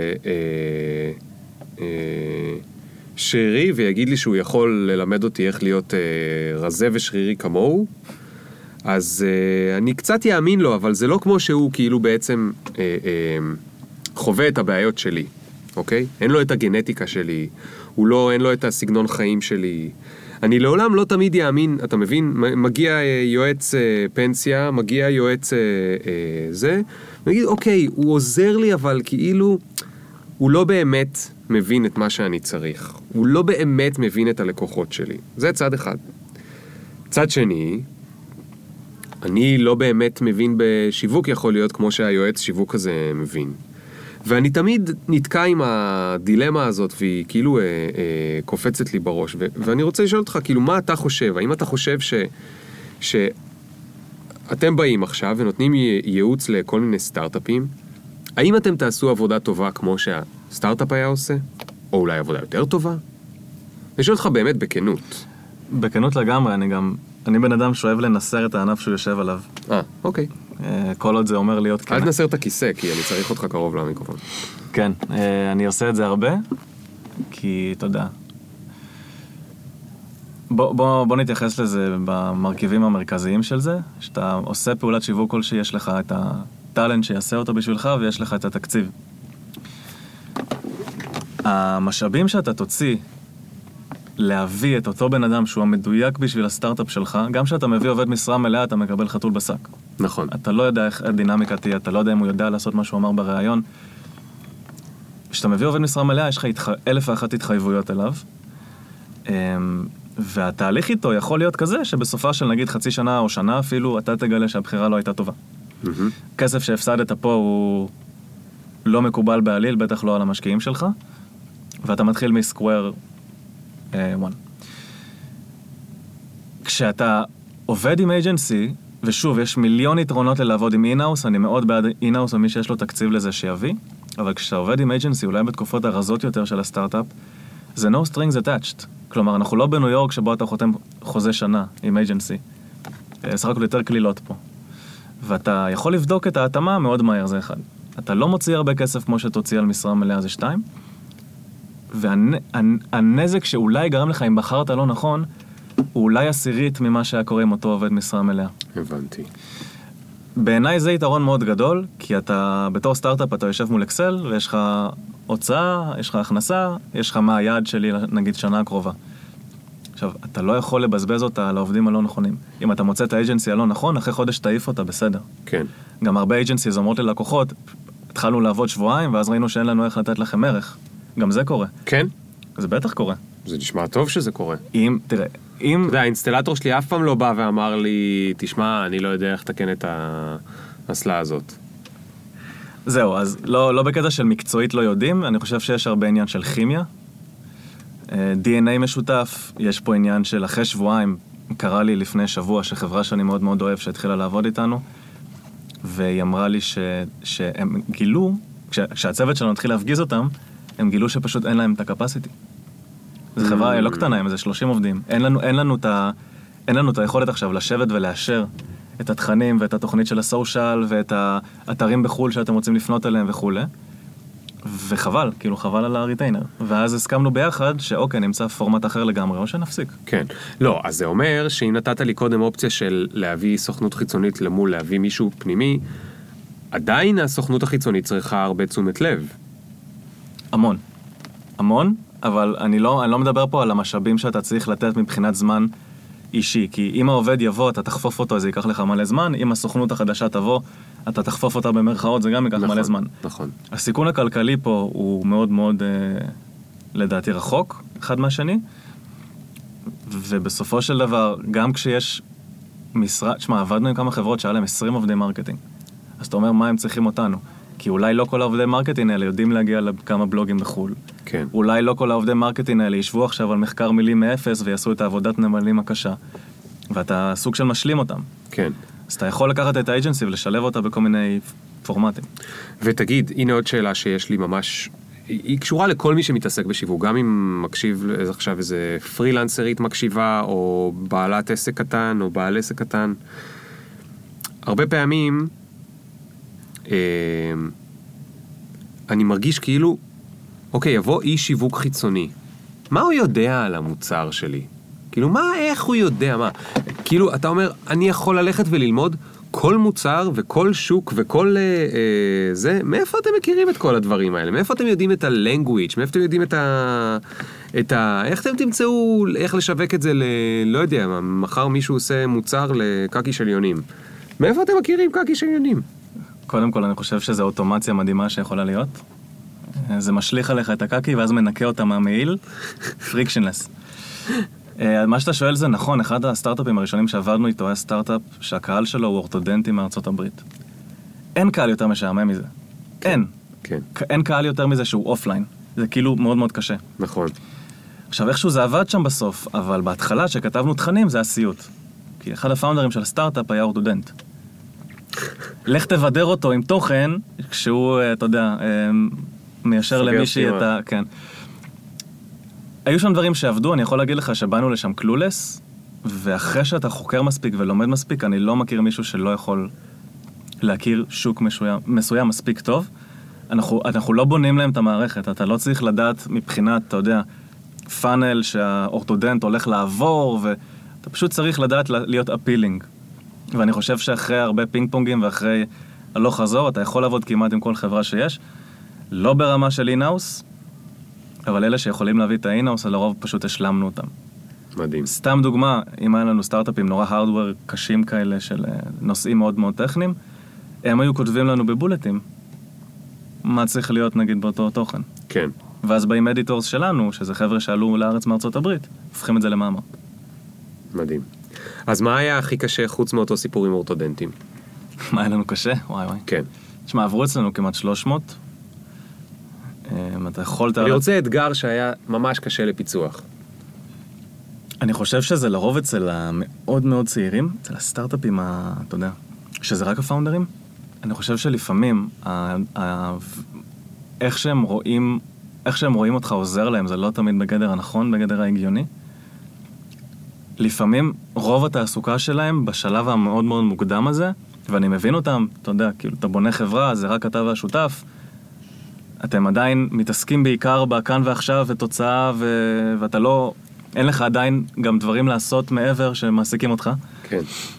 שרירי ויגיד לי שהוא יכול ללמד אותי איך להיות רזה ושרירי כמוהו, אז אני קצת יאמין לו, אבל זה לא כמו שהוא כאילו בעצם חווה את הבעיות שלי, אוקיי? אין לו את הגנטיקה שלי, אין לו את הסגנון חיים שלי. אני לעולם לא תמיד יאמין, אתה מבין? מגיע יועץ פנסיה, מגיע יועץ זה, ונגיד, אוקיי, הוא עוזר לי, אבל כאילו, הוא לא באמת מבין את מה שאני צריך. הוא לא באמת מבין את הלקוחות שלי. זה צד אחד. צד שני, אני לא באמת מבין בשיווק, יכול להיות כמו שהיועץ שיווק הזה מבין. ואני תמיד נתקע עם הדילמה הזאת, והיא כאילו קופצת לי בראש. ואני רוצה לשאול אותך, כאילו, מה אתה חושב? האם אתה חושב שאתם באים עכשיו ונותנים ייעוץ לכל מיני סטארט-אפים? האם אתם תעשו עבודה טובה כמו שהסטארט-אפ היה עושה? או אולי עבודה יותר טובה? אני שואל אותך באמת בכנות. בכנות לגמרי, אני בן אדם שאוהב לנסר את הענף שהוא יושב עליו. אוקיי. כל עוד זה אומר להיות אל תנסר את הכיסא, כי אני צריך אותך קרוב למיקרופון. כן, אני עושה את זה הרבה, כי אתה יודע. בוא נתייחס לזה במרכיבים המרכזיים של זה, שאתה עושה פעולת שיווק כלשהי, יש לך את הטלנט שיעשה אותו בשבילך, ויש לך את התקציב. המשאבים שאתה תוציא להביא את אותו בן אדם שהוא המדויק בשביל הסטארט-אפ שלך, גם שאתה מביא עובד משרה מלאה, אתה מקבל חתול בשק. נכון. אתה לא יודע איך הדינמיקה תהיה, אתה לא יודע אם הוא יודע לעשות מה שהוא אמר בראיון. כשאתה מביא עובד משרה מלאה, יש לך 1,001 התחייבויות אליו, והתהליך איתו יכול להיות כזה, שבסופה של נגיד חצי שנה או שנה אפילו, אתה תגלה שהבחירה לא הייתה טובה. כסף שהפסדת פה הוא לא מקובל בעליל, בטח לא על המשקיעים שלך, ואתה מתחיל מסקוואר 1. כשאתה עובד עם אייג'נסי, ושוב, יש מיליון יתרונות ללעבוד עם אינאוס, אני מאוד בעד אינאוס ומי שיש לו תקציב לזה שיביא, אבל כשאתה עובד עם אייג'נסי, אולי בתקופות הרזות יותר של הסטארט-אפ, זה no strings attached. כלומר, אנחנו לא בניו יורק שבו אתה חותם חוזה שנה עם אייג'נסי. סך הכל יותר כלילות פה. ואתה יכול לבדוק את ההתאמה מאוד מהר, זה אחד. אתה לא מוציא הרבה כסף כמו שתוציא על משרה מלאה, זה 2. והנזק שאולי גרם לך, אם בחרת לא נכון, הוא אולי 10 ממה שהיה קורה עם אותו עובד משרה מלאה. הבנתי. בעיניי זה יתרון מאוד גדול, כי אתה, בתור סטארט-אפ, אתה יושב מול אקסל, ויש לך הוצאה, יש לך הכנסה, יש לך מה היעד שלי, נגיד, שנה הקרובה. עכשיו, אתה לא יכול לבזבז אותה על העובדים הלא נכונים. אם אתה מוצא את האג'נסי הלא נכון, אחרי חודש תעיף אותה, בסדר. כן. גם הרבה אג'נסיז אומרות ללקוחות, התחלנו לעבוד שבועיים, ואז ראינו שאין לנו איך לתת לכם ערך. גם זה קורה. כן? זה בטח קורה. זה נשמע טוב שזה קורה. תראה, אם... והאינסטלטור שלי אף פעם לא בא ואמר לי, תשמע, אני לא יודע איך לתקן את האסלה הזאת. זהו, אז לא בקטע של מקצועית לא יודעים, אני חושב שיש הרבה עניין של כימיה. DNA משותף, יש פה עניין של אחרי שבועיים, קרה לי לפני שבוע שחברה שאני מאוד מאוד אוהב שהתחילה לעבוד איתנו, והיא אמרה לי שהם גילו, כשהצוות שלנו התחיל להפגיז אותם, הם גילו שפשוט אין להם את הקפסיטי. זו חברה לא קטנה, עם איזה 30 עובדים. אין לנו את היכולת עכשיו לשבת ולאשר את התכנים ואת התוכנית של הסושיאל ואת האתרים בחול שאתם רוצים לפנות אליהם וכו'. וחבל, כאילו חבל על הריטיינר. ואז הסכמנו ביחד שאוקיי, נמצא פורמט אחר לגמרי, או שנפסיק. כן. לא, אז זה אומר שאם נתת לי קודם אופציה של להביא סוכנות חיצונית למול להביא מישהו פנימי, עדיין הסוכנות החיצונית צריכה הרבה תשומת לב. המון, אבל אני לא מדבר פה על המשאבים שאתה צריך לתת מבחינת זמן אישי, כי אם העובד יבוא, אתה תחפוף אותו, זה ייקח לך מלא זמן, אם הסוכנות החדשה תבוא, אתה תחפוף אותה במרכאות, זה גם ייקח מלא זמן. נכון. הסיכון הכלכלי פה הוא מאוד מאוד, לדעתי, רחוק, אחד מהשני, ובסופו של דבר, גם כשיש משרה, תשמע, עבדנו עם כמה חברות שהיה להם 20 עובדי מרקטינג, אז אתה אומר, מה הם צריכים אותנו? כי אולי לא כל העובדי מרקטינג האלה יודעים להגיע לכמה בלוגים בחול. כן. אולי לא כל העובדי מרקטינג האלה ישבו עכשיו על מחקר מילים מאפס ויעשו את העבודת נמלים הקשה. ואתה סוג של משלים אותם. כן. אז אתה יכול לקחת את האג'נסי ולשלב אותה בכל מיני פורמטים. ותגיד, הנה עוד שאלה שיש לי ממש, היא קשורה לכל מי שמתעסק בשיווק, גם אם מקשיב עכשיו איזה פרילנסרית מקשיבה, או בעלת עסק קטן, או בעל עסק קטן. הרבה פעמים, אני מרגיש כאילו, אוקיי, יבוא איש שיווק חיצוני. מה הוא יודע על המוצר שלי? כאילו, איך הוא יודע? כאילו, אתה אומר, אני יכול ללכת וללמוד כל מוצר וכל שוק וכל זה, מאיפה אתם מכירים את כל הדברים האלה? מאיפה אתם יודעים את ה-language? מאיפה אתם יודעים איך אתם תמצאו, איך לשווק את זה לא יודע, מחר מישהו עושה מוצר לקקי של יונים. מאיפה אתם מכירים קקי של יונים? קודם כל, אני חושב שזו אוטומציה מדהימה שיכולה להיות. זה משליך עליך את הקקי, ואז מנקה אותה מהמעיל. פריקשנלס. מה שאתה שואל זה נכון, אחד הסטארט-אפים הראשונים שעבדנו איתו היה סטארט-אפ שהקהל שלו הוא אורתודנטי מארצות הברית. אין קהל יותר משעמם מזה. אין. כן. אין קהל יותר מזה שהוא אופליין. זה כאילו מאוד מאוד קשה. נכון. עכשיו, איכשהו זה עבד שם בסוף, אבל בהתחלה שכתבנו תכנים זה היה סיוט. כי אחד הפאונדרים של הסטארט-אפ היה אורתודנט. לך תבדר אותו עם תוכן, כשהוא, אתה יודע, מיישר למישהי את ה... כן. היו שם דברים שעבדו, אני יכול להגיד לך שבאנו לשם קלולס, ואחרי שאתה חוקר מספיק ולומד מספיק, אני לא מכיר מישהו שלא יכול להכיר שוק מסוים מספיק טוב. אנחנו לא בונים להם את המערכת, אתה לא צריך לדעת מבחינת, אתה יודע, פאנל שהאורתודנט הולך לעבור, ואתה פשוט צריך לדעת להיות אפילינג. ואני חושב שאחרי הרבה פינג פונגים ואחרי הלוך חזור, אתה יכול לעבוד כמעט עם כל חברה שיש, לא ברמה של אינאוס, אבל אלה שיכולים להביא את האינאוס, לרוב פשוט השלמנו אותם. מדהים. סתם דוגמה, אם היה לנו סטארט-אפים נורא הארדוור קשים כאלה של נושאים מאוד מאוד טכניים, הם היו כותבים לנו בבולטים מה צריך להיות נגיד באותו תוכן. כן. ואז באים אדיטורס שלנו, שזה חבר'ה שעלו לארץ מארצות הברית, הופכים את זה למאמר. מדהים. אז מה היה הכי קשה חוץ מאותו סיפור עם אורתודנטים? מה היה לנו קשה? וואי. כן. תשמע, עברו אצלנו כמעט 300. אתה יכולת... אני רוצה אתגר שהיה ממש קשה לפיצוח. אני חושב שזה לרוב אצל המאוד מאוד צעירים, אצל הסטארט-אפים, אתה יודע, שזה רק הפאונדרים. אני חושב שלפעמים, איך שהם רואים אותך עוזר להם, זה לא תמיד בגדר הנכון, בגדר ההגיוני. לפעמים רוב התעסוקה שלהם בשלב המאוד מאוד מוקדם הזה, ואני מבין אותם, אתה יודע, כאילו, אתה בונה חברה, זה רק אתה והשותף, אתם עדיין מתעסקים בעיקר בכאן ועכשיו ותוצאה, ואתה לא, אין לך עדיין גם דברים לעשות מעבר שמעסיקים אותך. כן.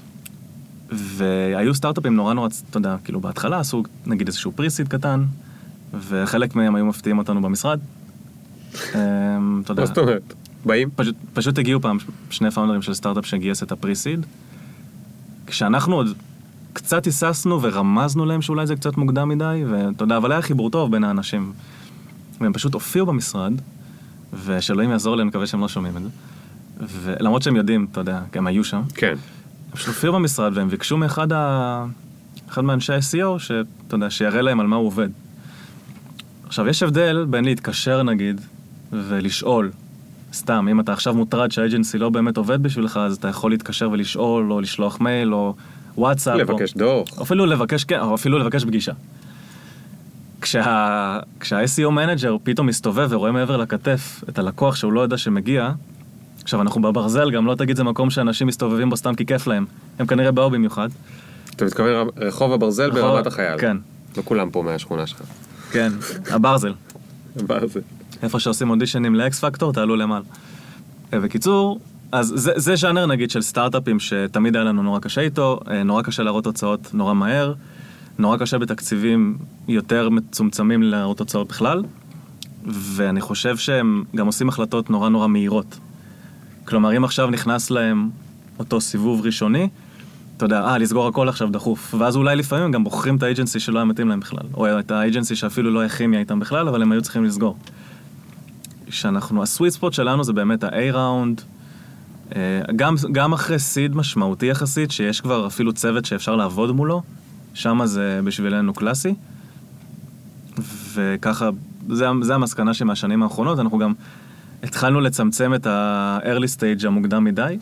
והיו סטארט-אפים נורא, אתה יודע, כאילו בהתחלה עשו נגיד איזשהו פריסיד קטן, וחלק מהם היו מפתיעים אותנו במשרד. אתה יודע. מה זאת אומרת? באים? פשוט הגיעו פעם שני פאונדרים של סטארט-אפ שגייס את הפריסיד, כשאנחנו עוד קצת היססנו ורמזנו להם שאולי זה קצת מוקדם מדי, ואתה יודע, אבל היה חיבור טוב בין האנשים. והם פשוט הופיעו במשרד, ושאלוהים יעזור להם, מקווה שהם לא שומעים את זה. ולמרות שהם יודעים, אתה יודע, כי הם היו שם. כן. הם פשוט הופיעו במשרד, והם ביקשו מאחד מאנשי ה-SEO, שאתה יודע, שיראה להם על מה הוא עובד. עכשיו, יש הבדל בין להתקשר, נגיד, ולשאול. סתם, אם אתה עכשיו מוטרד שהאג'נסי לא באמת עובד בשבילך, אז אתה יכול להתקשר ולשאול, או לשלוח מייל, או וואטסאפ. לבקש דוח. אפילו לבקש פגישה. כשה-SEO מנג'ר פתאום מסתובב ורואה מעבר לכתף את הלקוח שהוא לא יודע שמגיע, עכשיו אנחנו בברזל, גם לא תגיד זה מקום שאנשים מסתובבים בו סתם כי כיף להם. הם כנראה באו במיוחד. אתה מתכוון רחוב הברזל ברמת החייל. כן. לא כולם פה מהשכונה שלך. כן, הברזל. הברזל. איפה שעושים אודישנים לאקס פקטור, תעלו למעלה. בקיצור, אז זה ז'אנר נגיד של סטארט-אפים שתמיד היה לנו נורא קשה איתו, נורא קשה להראות תוצאות נורא מהר, נורא קשה בתקציבים יותר מצומצמים להראות תוצאות בכלל, ואני חושב שהם גם עושים החלטות נורא נורא מהירות. כלומר, אם עכשיו נכנס להם אותו סיבוב ראשוני, אתה יודע, לסגור הכל עכשיו דחוף, ואז אולי לפעמים גם בוחרים את האג'נסי שלא היה מתאים להם בכלל, או את האג'נסי שאפילו לא הכימיה איתם בכלל, אבל הם היו צריכים לסגור. הסוויט ספוט שלנו זה באמת ה-A-ראונד, גם אחרי סיד משמעותי יחסית, שיש כבר אפילו צוות שאפשר לעבוד מולו, שם זה בשבילנו קלאסי, וככה, זה המסקנה שמהשנים האחרונות, אנחנו גם התחלנו לצמצם את ה-early stage המוקדם מדי,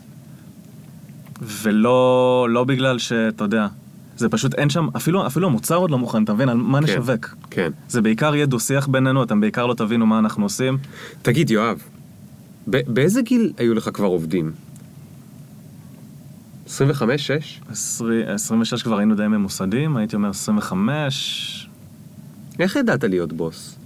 ולא בגלל שאתה יודע, זה פשוט אין שם, אפילו המוצר עוד לא מוכן, אתה מבין, על מה נשווק. כן. זה בעיקר יהיה דו-שיח בינינו, אתם בעיקר לא תבינו מה אנחנו עושים. תגיד, יואב, באיזה גיל היו לך כבר עובדים? 25, 6? 26 כבר היינו די ממוסדים, הייתי אומר 25. איך ידעת להיות בוס?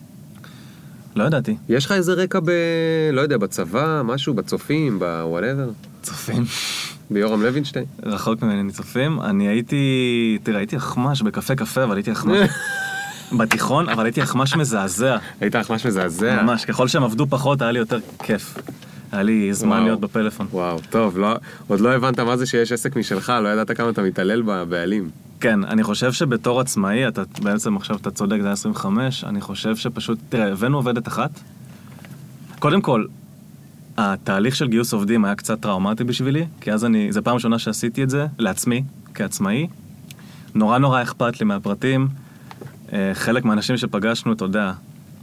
לא ידעתי. יש לך איזה רקע לא יודע, בצבא, משהו, בצופים, ב-whatever? צופים. ביורם לוינשטיין? רחוק ממני צופים. אני הייתי אחמש בקפה, אבל הייתי אחמש בתיכון, אבל הייתי אחמש מזעזע. היית אחמש מזעזע? ממש, ככל שהם עבדו פחות, היה לי יותר כיף. היה לי זמן להיות בפלאפון. וואו, טוב, עוד לא הבנת מה זה שיש עסק משלך, לא ידעת כמה אתה מתעלל בבעלים. כן, אני חושב שבתור עצמאי, אתה בעצם עכשיו אתה צודק, זה 25, אני חושב שפשוט, תראה, הבאנו עובדת אחת. קודם כל, התהליך של גיוס עובדים היה קצת טראומטי בשבילי, כי אז זה פעם ראשונה שעשיתי את זה, לעצמי, כעצמאי. נורא אכפת לי מהפרטים. חלק מהאנשים שפגשנו, אתה יודע,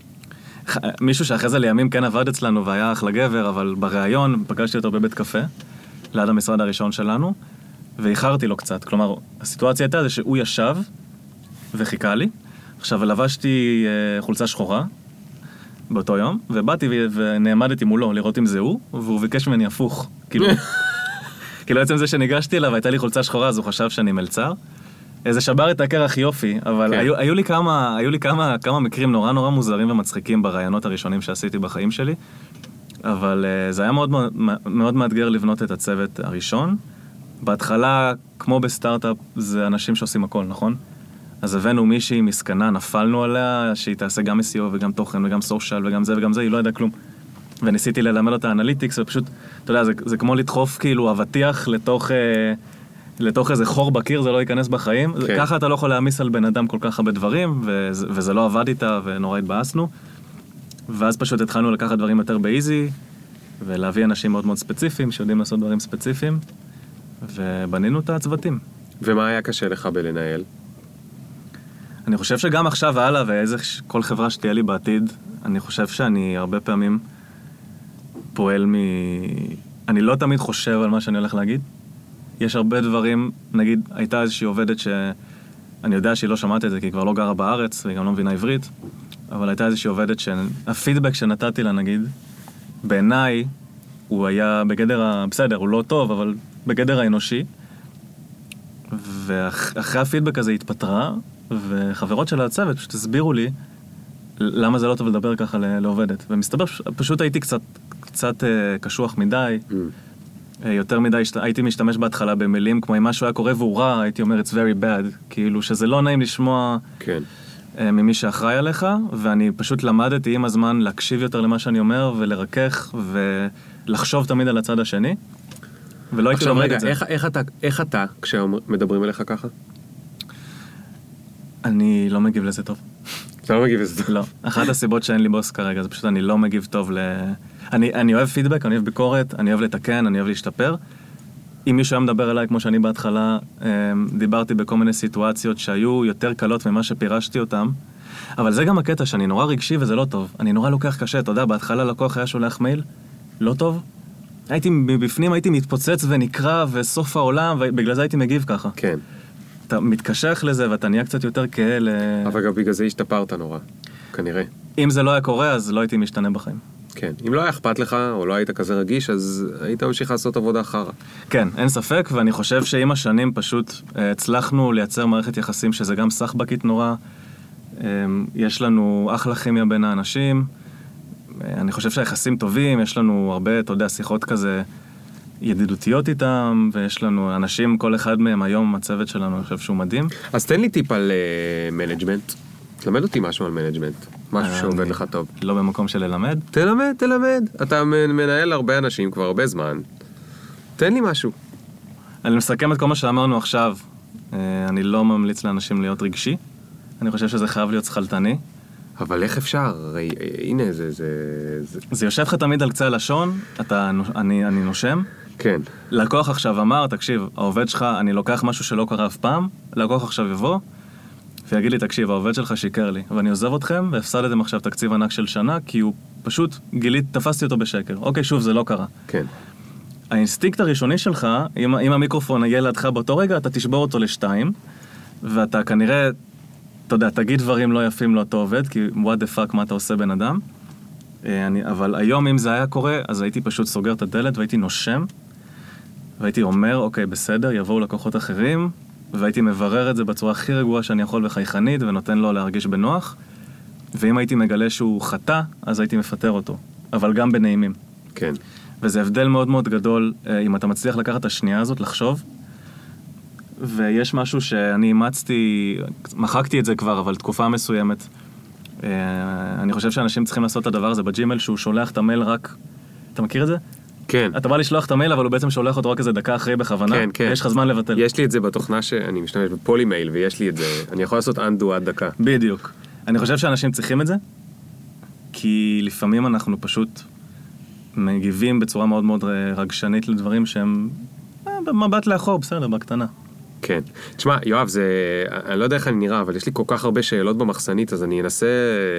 מישהו שאחרי זה לימים כן עבד אצלנו והיה אחלה גבר, אבל בריאיון פגשתי אותו בבית קפה, ליד המשרד הראשון שלנו, ואיחרתי לו קצת. כלומר, הסיטואציה הייתה זה שהוא ישב וחיכה לי. עכשיו, לבשתי חולצה שחורה באותו יום, ובאתי ונעמדתי מולו לראות אם זה הוא, והוא ביקש ממני הפוך. כאילו עצם זה שניגשתי אליו, הייתה לי חולצה שחורה, אז הוא חשב שאני מלצר. זה שבר את הקרח יופי, אבל היו לי כמה מקרים נורא מוזרים ומצחיקים ברעיונות הראשונים שעשיתי בחיים שלי, אבל זה היה מאוד מאתגר לבנות את הצוות הראשון. בהתחלה, כמו בסטארט-אפ, זה אנשים שעושים הכל, נכון? אז הבאנו מישהי מסקנה, נפלנו עליה, שהיא תעשה גם SEO וגם תוכן וגם סושיאל וגם זה, היא לא ידעה כלום. וניסיתי ללמד אותה אנליטיקס, ופשוט, אתה יודע, זה כמו לדחוף כאילו אבטיח לתוך איזה חור בקיר, זה לא ייכנס בחיים. כן. ככה אתה לא יכול להעמיס על בן אדם כל כך הרבה דברים, וזה לא עבד איתה, ונורא התבאסנו. ואז פשוט התחלנו לקחת דברים יותר באיזי, ולהביא אנשים מאוד מאוד ספציפיים, שיודעים לעשות דברים ספציפיים, ובנינו את הצוותים. ומה היה קשה לך בלנהל? אני חושב שגם עכשיו הלאה, כל חברה שתהיה לי בעתיד, אני חושב שאני הרבה פעמים פועל אני לא תמיד חושב על מה שאני הולך להגיד. יש הרבה דברים, נגיד, הייתה איזושהי עובדת שאני יודע שהיא לא שמעת את זה, כי היא כבר לא גרה בארץ, והיא גם לא מבינה עברית, אבל הייתה איזושהי עובדת שהפידבק שנתתי לה, נגיד, בעיניי, הוא היה בגדר בסדר, הוא לא טוב, אבל בגדר האנושי, ואחרי הפידבק הזה התפטרה, וחברות של הצוות פשוט הסבירו לי למה זה לא טוב לדבר ככה לעובדת. ומסתבר, פשוט הייתי קצת קשוח מדי, יותר מדי, הייתי משתמש בהתחלה במילים, כמו אם משהו היה קורה והוא רע, הייתי אומר, it's very bad, כאילו שזה לא נעים לשמוע כן. ממי שאחראי עליך, ואני פשוט למדתי עם הזמן להקשיב יותר למה שאני אומר, ולרכך, ולחשוב תמיד על הצד השני, ולא הייתי לומד את זה. איך אתה, כשמדברים אליך ככה? אני לא מגיב לזה טוב. אתה לא מגיב לזה טוב? לא. אחת הסיבות שאין לי בוס כרגע, זה פשוט אני לא מגיב טוב אני אוהב פידבק, אני אוהב ביקורת, אני אוהב לתקן, אני אוהב להשתפר. אם מישהו היה מדבר אליי, כמו שאני בהתחלה, דיברתי בכל מיני סיטואציות שהיו יותר קלות ממה שפירשתי אותם, אבל זה גם הקטע שאני נורא רגשי וזה לא טוב. אני נורא לוקח קשה, אתה יודע, בהתחלה לקוח היה שולח מייל, לא טוב. בפנים הייתי מתפוצץ ונקרא וסוף העולם, ובגלל זה הייתי מגיב ככה. כן. אתה מתקשח לזה ואתה נהיה קצת יותר כאל... אבל גם בגלל זה השתפרת נורא, כנראה. אם זה לא היה קורה, אז לא הייתי משתנה בחיים. כן, אם לא היה אכפת לך, או לא היית כזה רגיש, אז היית ממשיך לעשות עבודה חרה. כן, אין ספק, ואני חושב שעם השנים פשוט הצלחנו לייצר מערכת יחסים שזה גם סחבקית נורא. יש לנו אחלה כימיה בין האנשים. אני חושב שהיחסים טובים, יש לנו הרבה, אתה יודע, שיחות כזה ידידותיות איתם, ויש לנו אנשים, כל אחד מהם היום, הצוות שלנו, אני חושב שהוא מדהים. אז תן לי טיפ על מנג'מנט. תלמד אותי משהו על מנג'מנט. משהו שעובד לך טוב. לא במקום של ללמד? תלמד. אתה מנהל הרבה אנשים כבר הרבה זמן. תן לי משהו. אני מסכם את כל מה שאמרנו עכשיו. אני לא ממליץ לאנשים להיות רגשי. אני חושב שזה חייב להיות שכלתני. אבל איך אפשר? הרי, הנה, זה יושב לך תמיד על קצה הלשון, אני נושם. כן. לקוח עכשיו אמר, תקשיב, העובד שלך, אני לוקח משהו שלא קרה אף פעם, לקוח עכשיו יבוא, ויגיד לי, תקשיב, העובד שלך שיקר לי, ואני עוזב אתכם, והפסדתם עכשיו תקציב ענק של שנה, כי הוא פשוט תפסתי אותו בשקר. אוקיי, שוב, זה לא קרה. כן. האינסטינקט הראשוני שלך, אם המיקרופון יהיה לידך באותו רגע, אתה תשבור אותו לשתיים, ואתה כנראה, אתה יודע, תגיד דברים לא יפים לאותו עובד, כי what the fuck, מה אתה עושה בן אדם? אבל היום, אם זה היה קורה, אז הייתי פשוט סוגר את הדלת, והייתי נושם, והייתי אומר, אוקיי, בסדר, יבואו לקוחות אחרים, והייתי מברר את זה בצורה הכי רגועה שאני יכול וחייכנית, ונותן לו להרגיש בנוח, ואם הייתי מגלה שהוא חטא, אז הייתי מפטר אותו, אבל גם בנעימים. כן. וזה הבדל מאוד מאוד גדול, אם אתה מצליח לקחת את השנייה הזאת, לחשוב, ויש משהו שאני אימצתי, מחקתי את זה כבר, אבל תקופה מסוימת. אני חושב שאנשים צריכים לעשות את הדבר הזה בג'ימל, שהוא שולח את המייל רק... אתה מכיר את זה? כן. אתה בא לשלוח את המייל, אבל הוא בעצם שולח אותו רק איזה דקה אחרי בכוונה. כן, כן. ויש לך זמן לבטל. יש לי את זה בתוכנה שאני משתמש בפולימייל, ויש לי את זה. אני יכול לעשות undo עד דקה. בדיוק. אני חושב שאנשים צריכים את זה, כי לפעמים אנחנו פשוט מגיבים בצורה מאוד מאוד רגשנית לדברים שהם במבט לאחור, בסדר, בקטנה. כן. תשמע, יואב, אני לא יודע איך אני נראה, אבל יש לי כל כך הרבה שאלות במחסנית, אז אני אנסה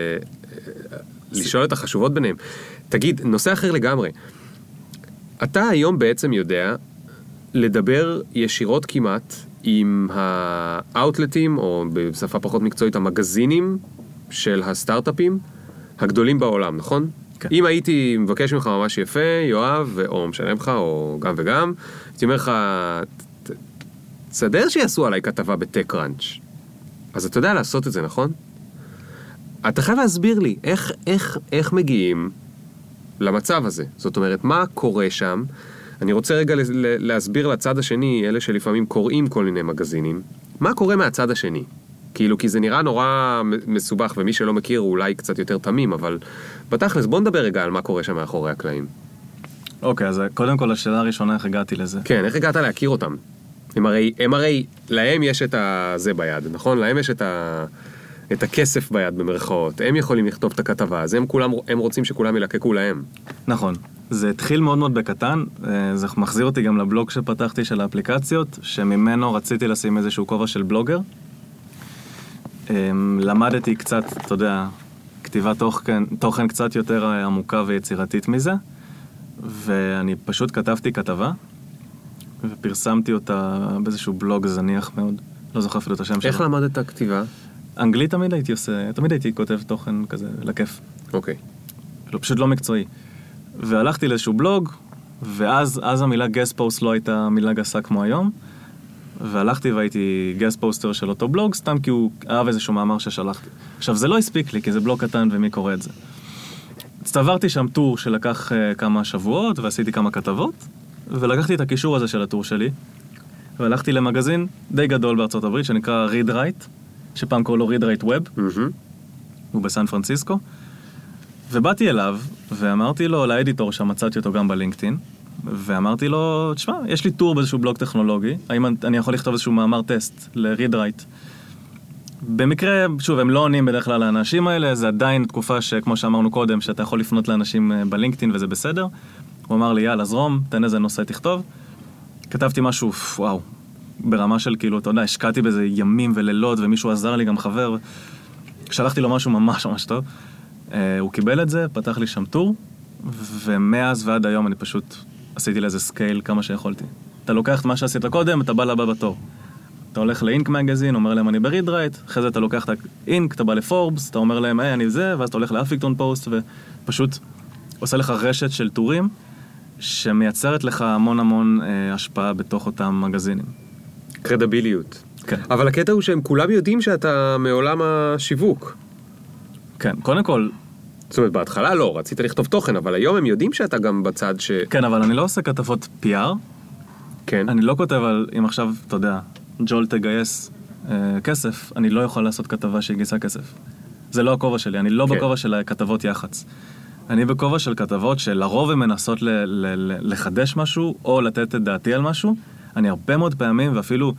לשאול את החשובות ביניהם. תגיד, נושא אחר לגמרי. אתה היום בעצם יודע לדבר ישירות כמעט עם האוטלטים, או בשפה פחות מקצועית, המגזינים של הסטארט-אפים הגדולים בעולם, נכון? כן. אם הייתי מבקש ממך ממש יפה, יואב, או משלם לך, או גם וגם, הייתי אומר לך, תסדר שיעשו עליי כתבה בטק-קראנץ'. אז אתה יודע לעשות את זה, נכון? אתה חייב להסביר לי, איך מגיעים למצב הזה? זאת אומרת, מה קורה שם? אני רוצה רגע להסביר לצד השני, אלה שלפעמים קוראים כל מיני מגזינים, מה קורה מהצד השני? כאילו, כי זה נראה נורא מסובך, ומי שלא מכיר הוא אולי קצת יותר תמים, אבל בתכלס, בוא נדבר רגע על מה קורה שם מאחורי הקלעים. אוקיי, אז קודם כל, השאלה הראשונה, איך הגעתי לזה? כן, איך הגעת להכיר אותם? הם הרי, להם יש את זה ביד, נכון? להם יש את הכסף ביד במרכאות. הם יכולים לכתוב את הכתבה, אז הם רוצים שכולם ילקקו להם. נכון. זה התחיל מאוד מאוד בקטן, זה מחזיר אותי גם לבלוג שפתחתי של האפליקציות, שממנו רציתי לשים איזשהו כובע של בלוגר. למדתי קצת, אתה יודע, כתיבת תוכן קצת יותר עמוקה ויצירתית מזה, ואני פשוט כתבתי כתבה, ופרסמתי אותה באיזשהו בלוג זניח מאוד, לא זוכר אפילו את השם שלו. איך למדת כתיבה? אנגלית תמיד הייתי כותב תוכן כזה לכיף. אוקיי. פשוט לא מקצועי. והלכתי לאיזשהו בלוג, ואז המילה גסט פוסט לא הייתה מילה גסה כמו היום, והלכתי והייתי גסט פוסטר של אותו בלוג, סתם כי הוא אהב איזשהו מאמר ששלחתי. עכשיו, זה לא הספיק לי, כי זה בלוג קטן ומי קורא את זה. הצטברתי שם טור שלקח כמה שבועות, ועשיתי כמה כתבות, ולקחתי את הקישור הזה של הטור שלי, והלכתי למגזין די גדול בארצות הברית, שנקרא Read Write, שפעם קורא לו Read Write Web, הוא בסן פרנסיסקו, ובאתי אליו, ואמרתי לו, לאדיטור שמצאתי אותו גם בלינקדאין, ואמרתי לו, תשמע, יש לי טור באיזשהו בלוג טכנולוגי, האם אני יכול לכתוב איזשהו מאמר טסט ל-Read Write? במקרה, שוב, הם לא עונים בדרך כלל לאנשים האלה, זה עדיין תקופה שכמו שאמרנו קודם, שאתה יכול לפנות לאנשים בלינקדאין וזה בסדר. הוא אמר לי, יאללה, זרום, תן איזה נושא תכתוב. כתבתי משהו, וואו, ברמה של כאילו, אתה יודע, השקעתי בזה ימים ולילות, ומישהו עזר לי, גם חבר, שלחתי לו משהו ממש ממש טוב. הוא קיבל את זה, פתח לי שם טור, ומאז ועד היום אני פשוט עשיתי לאיזה סקייל כמה שיכולתי. אתה לוקח את מה שעשית קודם, אתה בא לבא בתור. אתה הולך לאינק מגזין, אומר להם אני בריד רייט, אחרי זה אתה לוקח את האינק, אתה בא לפורבס, אתה אומר להם אני זה, ואז אתה הולך לאפיקטון פוסט, ופשוט עושה לך רשת של טורים, שמייצרת לך המון המון השפעה בתוך אותם מגזינים. קרדביליות. כן. אבל הקטע הוא שהם כולם יודעים שאתה מעולם השיווק. כן, קודם כל... זאת אומרת, בהתחלה לא, רצית לכתוב תוכן, אבל היום הם יודעים שאתה גם בצד ש... כן, אבל אני לא עושה כתבות PR. כן. אני לא כותב על, אם עכשיו, אתה יודע, ג'ול תגייס כסף, אני לא יכול לעשות כתבה שהגייסה כסף. זה לא הכובע שלי, אני לא כן. בכובע של כתבות יח"צ. אני בכובע של כתבות שלרוב הן מנסות לחדש משהו, או לתת את דעתי על משהו. אני הרבה מאוד פעמים, ואפילו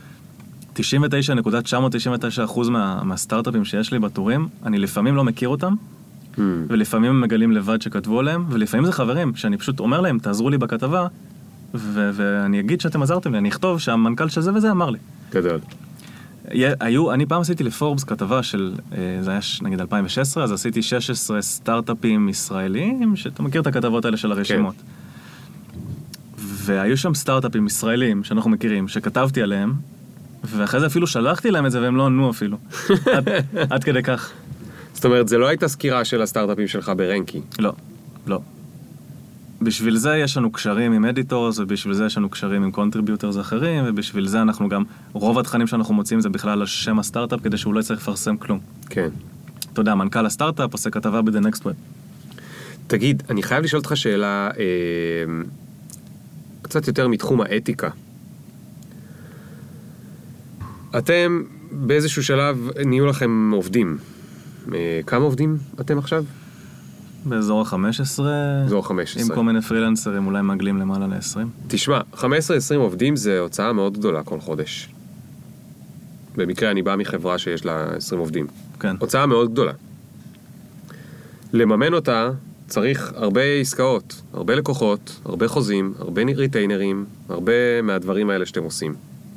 99.999% מהסטארט-אפים שיש לי בטורים, אני לפעמים לא מכיר אותם, ולפעמים הם מגלים לבד שכתבו עליהם, ולפעמים זה חברים, שאני פשוט אומר להם, תעזרו לי בכתבה, ואני אגיד שאתם עזרתם לי, אני אכתוב שהמנכ"ל של זה וזה אמר לי. גדול. אני פעם עשיתי לפורבס כתבה של, זה היה נגיד 2016, אז עשיתי 16 סטארט-אפים ישראלים, שאתה מכיר את הכתבות האלה של הרשימות. והיו שם סטארט-אפים ישראלים שאנחנו מכירים, שכתבתי עליהם, ואחרי זה אפילו שלחתי להם את זה, והם לא ענו אפילו. עד כדי כך. זאת אומרת, זה לא הייתה סקירה של הסטארט-אפים שלך ברנקי. לא, לא. בשביל זה יש לנו קשרים עם אדיטורס, ובשביל זה יש לנו קשרים עם קונטריביוטרס אחרים, ובשביל זה אנחנו גם, רוב התכנים שאנחנו מוצאים זה בכלל על שם הסטארט-אפ, כדי שהוא לא יצטרך לפרסם כלום. כן. אתה יודע, מנכ"ל הסטארט-אפ עושה כתבה ב-The Next Web. תגיד, אני חייב לשאול אותך שאלה קצת יותר מתחום האתיקה. אתם באיזשהו שלב נהיו לכם עובדים. כמה עובדים אתם עכשיו? באזור ה-15. באזור 15. עם כל מיני פרילנסרים, אולי מגלים למעלה ל-20. תשמע, 15-20 עובדים זה הוצאה מאוד גדולה כל חודש. במקרה אני בא מחברה שיש לה 20 עובדים. כן. הוצאה מאוד גדולה. לממן אותה צריך הרבה עסקאות, הרבה לקוחות, הרבה חוזים, הרבה ריטיינרים, הרבה מהדברים האלה שאתם עושים.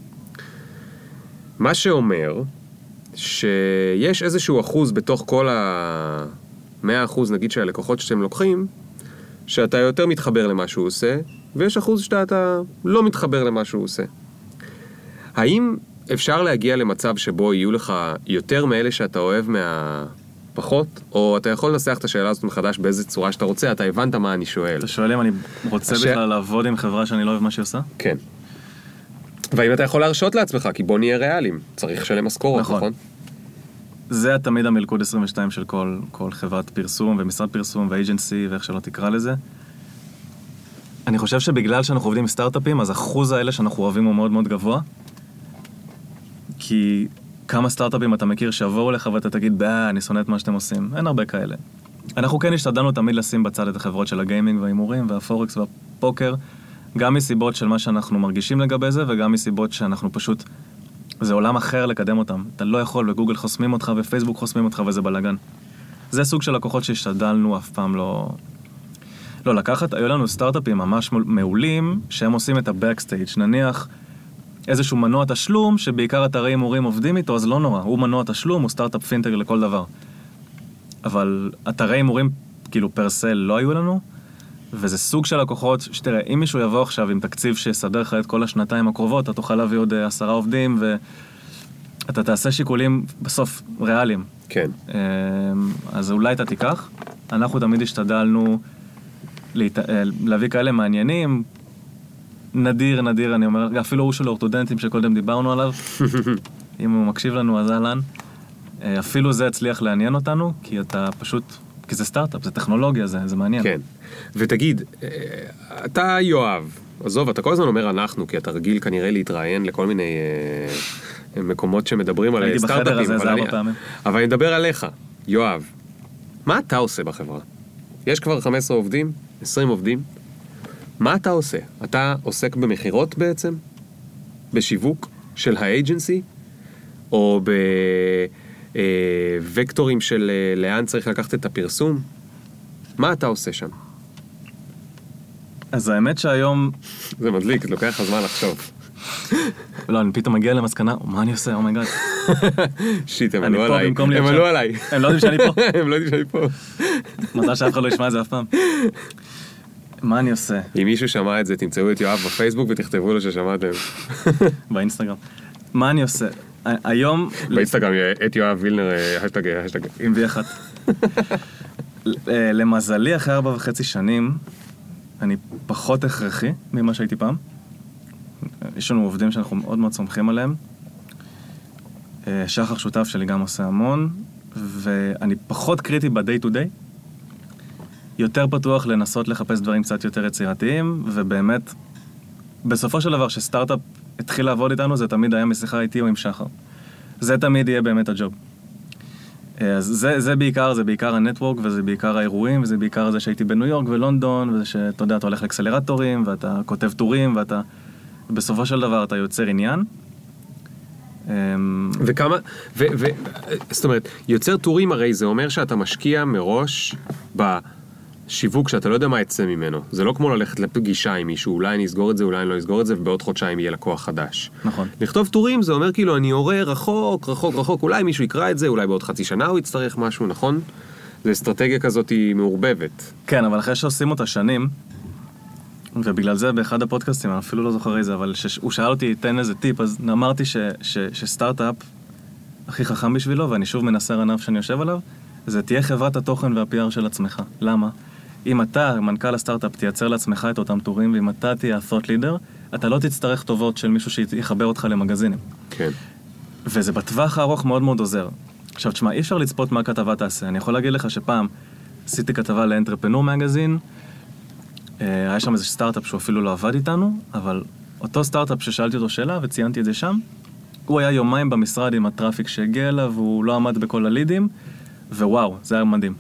מה שאומר שיש איזשהו אחוז בתוך כל 100% נגיד של הלקוחות שאתם לוקחים, שאתה יותר מתחבר למה שהוא עושה, ויש אחוז שאתה לא מתחבר למה שהוא עושה. האם אפשר להגיע למצב שבו יהיו לך יותר מאלה שאתה אוהב מהפחות, או אתה יכול לנסח את השאלה הזאת מחדש באיזה צורה שאתה רוצה, אתה הבנת מה אני שואל. אתה שואל אם אני רוצה בכלל לעבוד עם חברה שאני לא אוהב מה שהיא עושה? כן. והאם אתה יכול להרשות לעצמך, כי בוא נהיה ריאליים, צריך לשלם משכורת, נכון? זה תמיד המלכוד 22 של כל חברת פרסום ומשרד פרסום ואייג'נסי ואיך שלא תקרא לזה. אני חושב שבגלל שאנחנו עובדים עם סטארט-אפים, אז אחוז האלה שאנחנו אוהבים הוא מאוד מאוד גבוה. כי כמה סטארט-אפים אתה מכיר שיבואו לך ואתה תגיד, אני שונא את מה שאתם עושים. אין הרבה כאלה. אנחנו כן השתדלנו תמיד לשים בצד את החברות של הגיימינג והאימורים והפורקס והפוקר, גם מסיבות של מה שאנחנו מרגישים לגבי זה, וגם מסיבות שאנחנו פשוט... זה עולם אחר לקדם אותם. אתה לא יכול, בגוגל חוסמים אותך, בפייסבוק חוסמים אותך, וזה בלגן. זה סוג של לקוחות שהשתדלנו אף פעם לא לקחת. היו לנו סטארט-אפים ממש מעולים, שהם עושים את הבקסטייג'. נניח איזשהו מנוע תשלום, שבעיקר אתרי הימורים עובדים איתו, אז לא נורא. הוא מנוע תשלום, הוא סטארט-אפ פינטק לכל דבר. אבל אתרי הימורים, כאילו פרסל, לא היו לנו, וזה סוג של לקוחות, שתראה, אם מישהו יבוא עכשיו עם תקציב שיסדר לך את כל השנתיים הקרובות, אתה תוכל להביא עוד 10 עובדים, ואתה תעשה שיקולים בסוף ריאליים. כן. אז אולי אתה תיקח. אנחנו תמיד השתדלנו להביא כאלה מעניינים, נדיר, אני אומר, אפילו הוא של אורתודנטים שקודם דיברנו עליו, אם הוא מקשיב לנו, אז אהלן. אפילו זה הצליח לעניין אותנו, כי אתה פשוט... כי זה סטארט-אפ, זה טכנולוגיה, זה מעניין. כן. ותגיד, אתה יואב, עזוב, אתה כל הזמן אומר אנחנו, כי אתה רגיל כנראה להתראיין לכל מיני מקומות שמדברים על סטארט-אפים. הייתי בחדר הזה, זה 4 פעמים. אבל אני מדבר עליך, יואב. מה אתה עושה בחברה? יש כבר 15 עובדים, 20 עובדים. מה אתה עושה? אתה עוסק במחירות בעצם? בשיווק של האג'נסי? או וקטורים של לאן צריך לקחת את הפרסום? מה אתה עושה שם? אז האמת שהיום... זה מדליק, לוקח הזמן לחשוב. לא, אני פתאום מגיע למסקנה, מה אני עושה? אומייגאד. שיט, הם עלו עליי. הם עלו עליי. הם לא יודעים שאני פה. הם לא יודעים שאני פה. מזל שאף אחד לא ישמע את זה אף פעם. מה אני עושה? אם מישהו שמע את זה, תמצאו את יואב בפייסבוק ותכתבו לו ששמעתם. באינסטגרם. מה אני עושה? היום... באינסטגרם, את יואב וילנר, השטג. עם V1. למזלי, אחרי 4.5 שנים, אני פחות הכרחי ממה שהייתי פעם. יש לנו עובדים שאנחנו מאוד מאוד סומכים עליהם. שחר שותף שלי גם עושה המון, ואני פחות קריטי ב-day to day. יותר פתוח לנסות לחפש דברים קצת יותר יצירתיים, ובאמת, בסופו של דבר, שסטארט-אפ התחיל לעבוד איתנו, זה תמיד היה משיחה איתי או עם שחר. זה תמיד יהיה באמת הג'וב. אז זה בעיקר הנטוורק, וזה בעיקר האירועים, וזה בעיקר זה שהייתי בניו יורק ולונדון, וזה שאתה יודע, אתה הולך לאקסלרטורים, ואתה כותב טורים, ואתה, בסופו של דבר, אתה יוצר עניין. וכמה, זאת אומרת, יוצר טורים הרי זה אומר שאתה משקיע מראש בשיווק שאתה לא יודע מה יצא ממנו. זה לא כמו ללכת לפגישה עם מישהו, אולי אני אסגור את זה, אולי אני לא אסגור את זה, ובעוד חודשיים יהיה לקוח חדש. נכון. לכתוב טורים זה אומר כאילו אני יורה רחוק, אולי מישהו יקרא את זה, אולי בעוד חצי שנה הוא יצטרך משהו, נכון? זו אסטרטגיה כזאת היא מעורבבת. כן, אבל אחרי שעושים אותה שנים, ובגלל זה באחד הפודקאסטים, אני אפילו לא זוכר איזה, אבל הוא שאל אותי, תן איזה טיפ, אז אמרתי שסטארט-אפ הכי חכם בשבילו, ואני שוב מנסה ענף שאני יושב עליו, זה תהיה חברת התוכן וה-PR של עצמך. למה? אם אתה, מנכ"ל הסטארט-אפ, תייצר לעצמך את אותם טורים, ואם אתה תהיה ה-thought leader, אתה לא תצטרך טובות של מישהו שיחבר אותך למגזינים. כן. וזה בטווח הארוך מאוד מאוד עוזר. עכשיו, תשמע, אי אפשר לצפות מה הכתבה תעשה. אני יכול להגיד לך שפעם עשיתי כתבה לאנטרפנור מגזין, היה שם איזה סטארט-אפ שהוא אפילו לא עבד איתנו, אבל אותו סטארט-אפ ששאלתי אותו שאלה וציינתי את זה שם, הוא היה יומיים במשרד עם הטראפיק שהגיע אליו, והוא לא עמד בכל הלידים, ווואו, זה היה מדהים.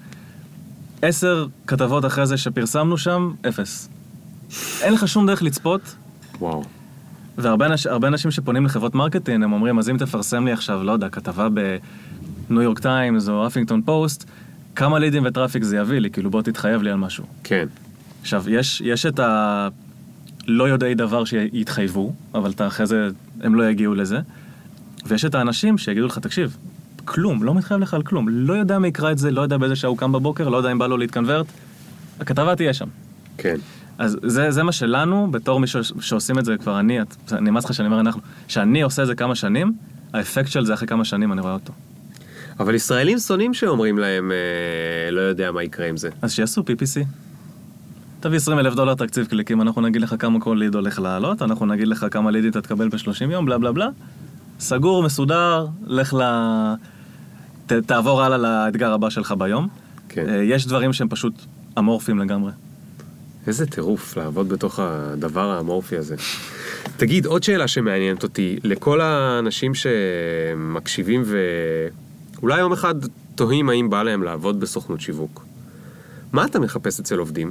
10 כתבות אחרי זה שפרסמנו שם, 0. אין לך שום דרך לצפות. וואו. והרבה אנשים שפונים לחברות מרקטינג, הם אומרים, אז אם תפרסם לי עכשיו, לא יודע, כתבה בניו יורק טיימס או אפינגטון פוסט, כמה לידים וטראפיק זה יביא לי, כאילו בוא תתחייב לי על משהו. כן. עכשיו, יש את לא יודעי דבר שיתחייבו, אבל אחרי זה הם לא יגיעו לזה, ויש את האנשים שיגידו לך, תקשיב, כלום, לא מתחייב לך על כלום, לא יודע מי יקרא את זה, לא יודע באיזה שעה הוא קם בבוקר, לא יודע אם בא לו להתקנברט, הכתבה תהיה שם. כן. אז זה מה שלנו, בתור מי שעושים את זה כבר אני נמאס לך שאני אומר אנחנו, שאני עושה את זה כמה שנים, האפקט של זה אחרי כמה שנים אני רואה אותו. אבל ישראלים שונאים שאומרים להם, לא יודע מה יקרה עם זה. אז שיעשו PPC. תביא $20,000 תקציב קליקים, אנחנו נגיד לך כמה כל ליד הולך לעלות, אנחנו נגיד לך כמה לידים תתקבל ב-30 יום, בלה בלה בלה. סגור, מסודר, לך תעבור הלאה לאתגר הבא שלך ביום. כן. יש דברים שהם פשוט אמורפיים לגמרי. איזה טירוף לעבוד בתוך הדבר האמורפי הזה. תגיד, עוד שאלה שמעניינת אותי, לכל האנשים שמקשיבים ואולי יום אחד תוהים האם בא להם לעבוד בסוכנות שיווק. מה אתה מחפש אצל עובדים?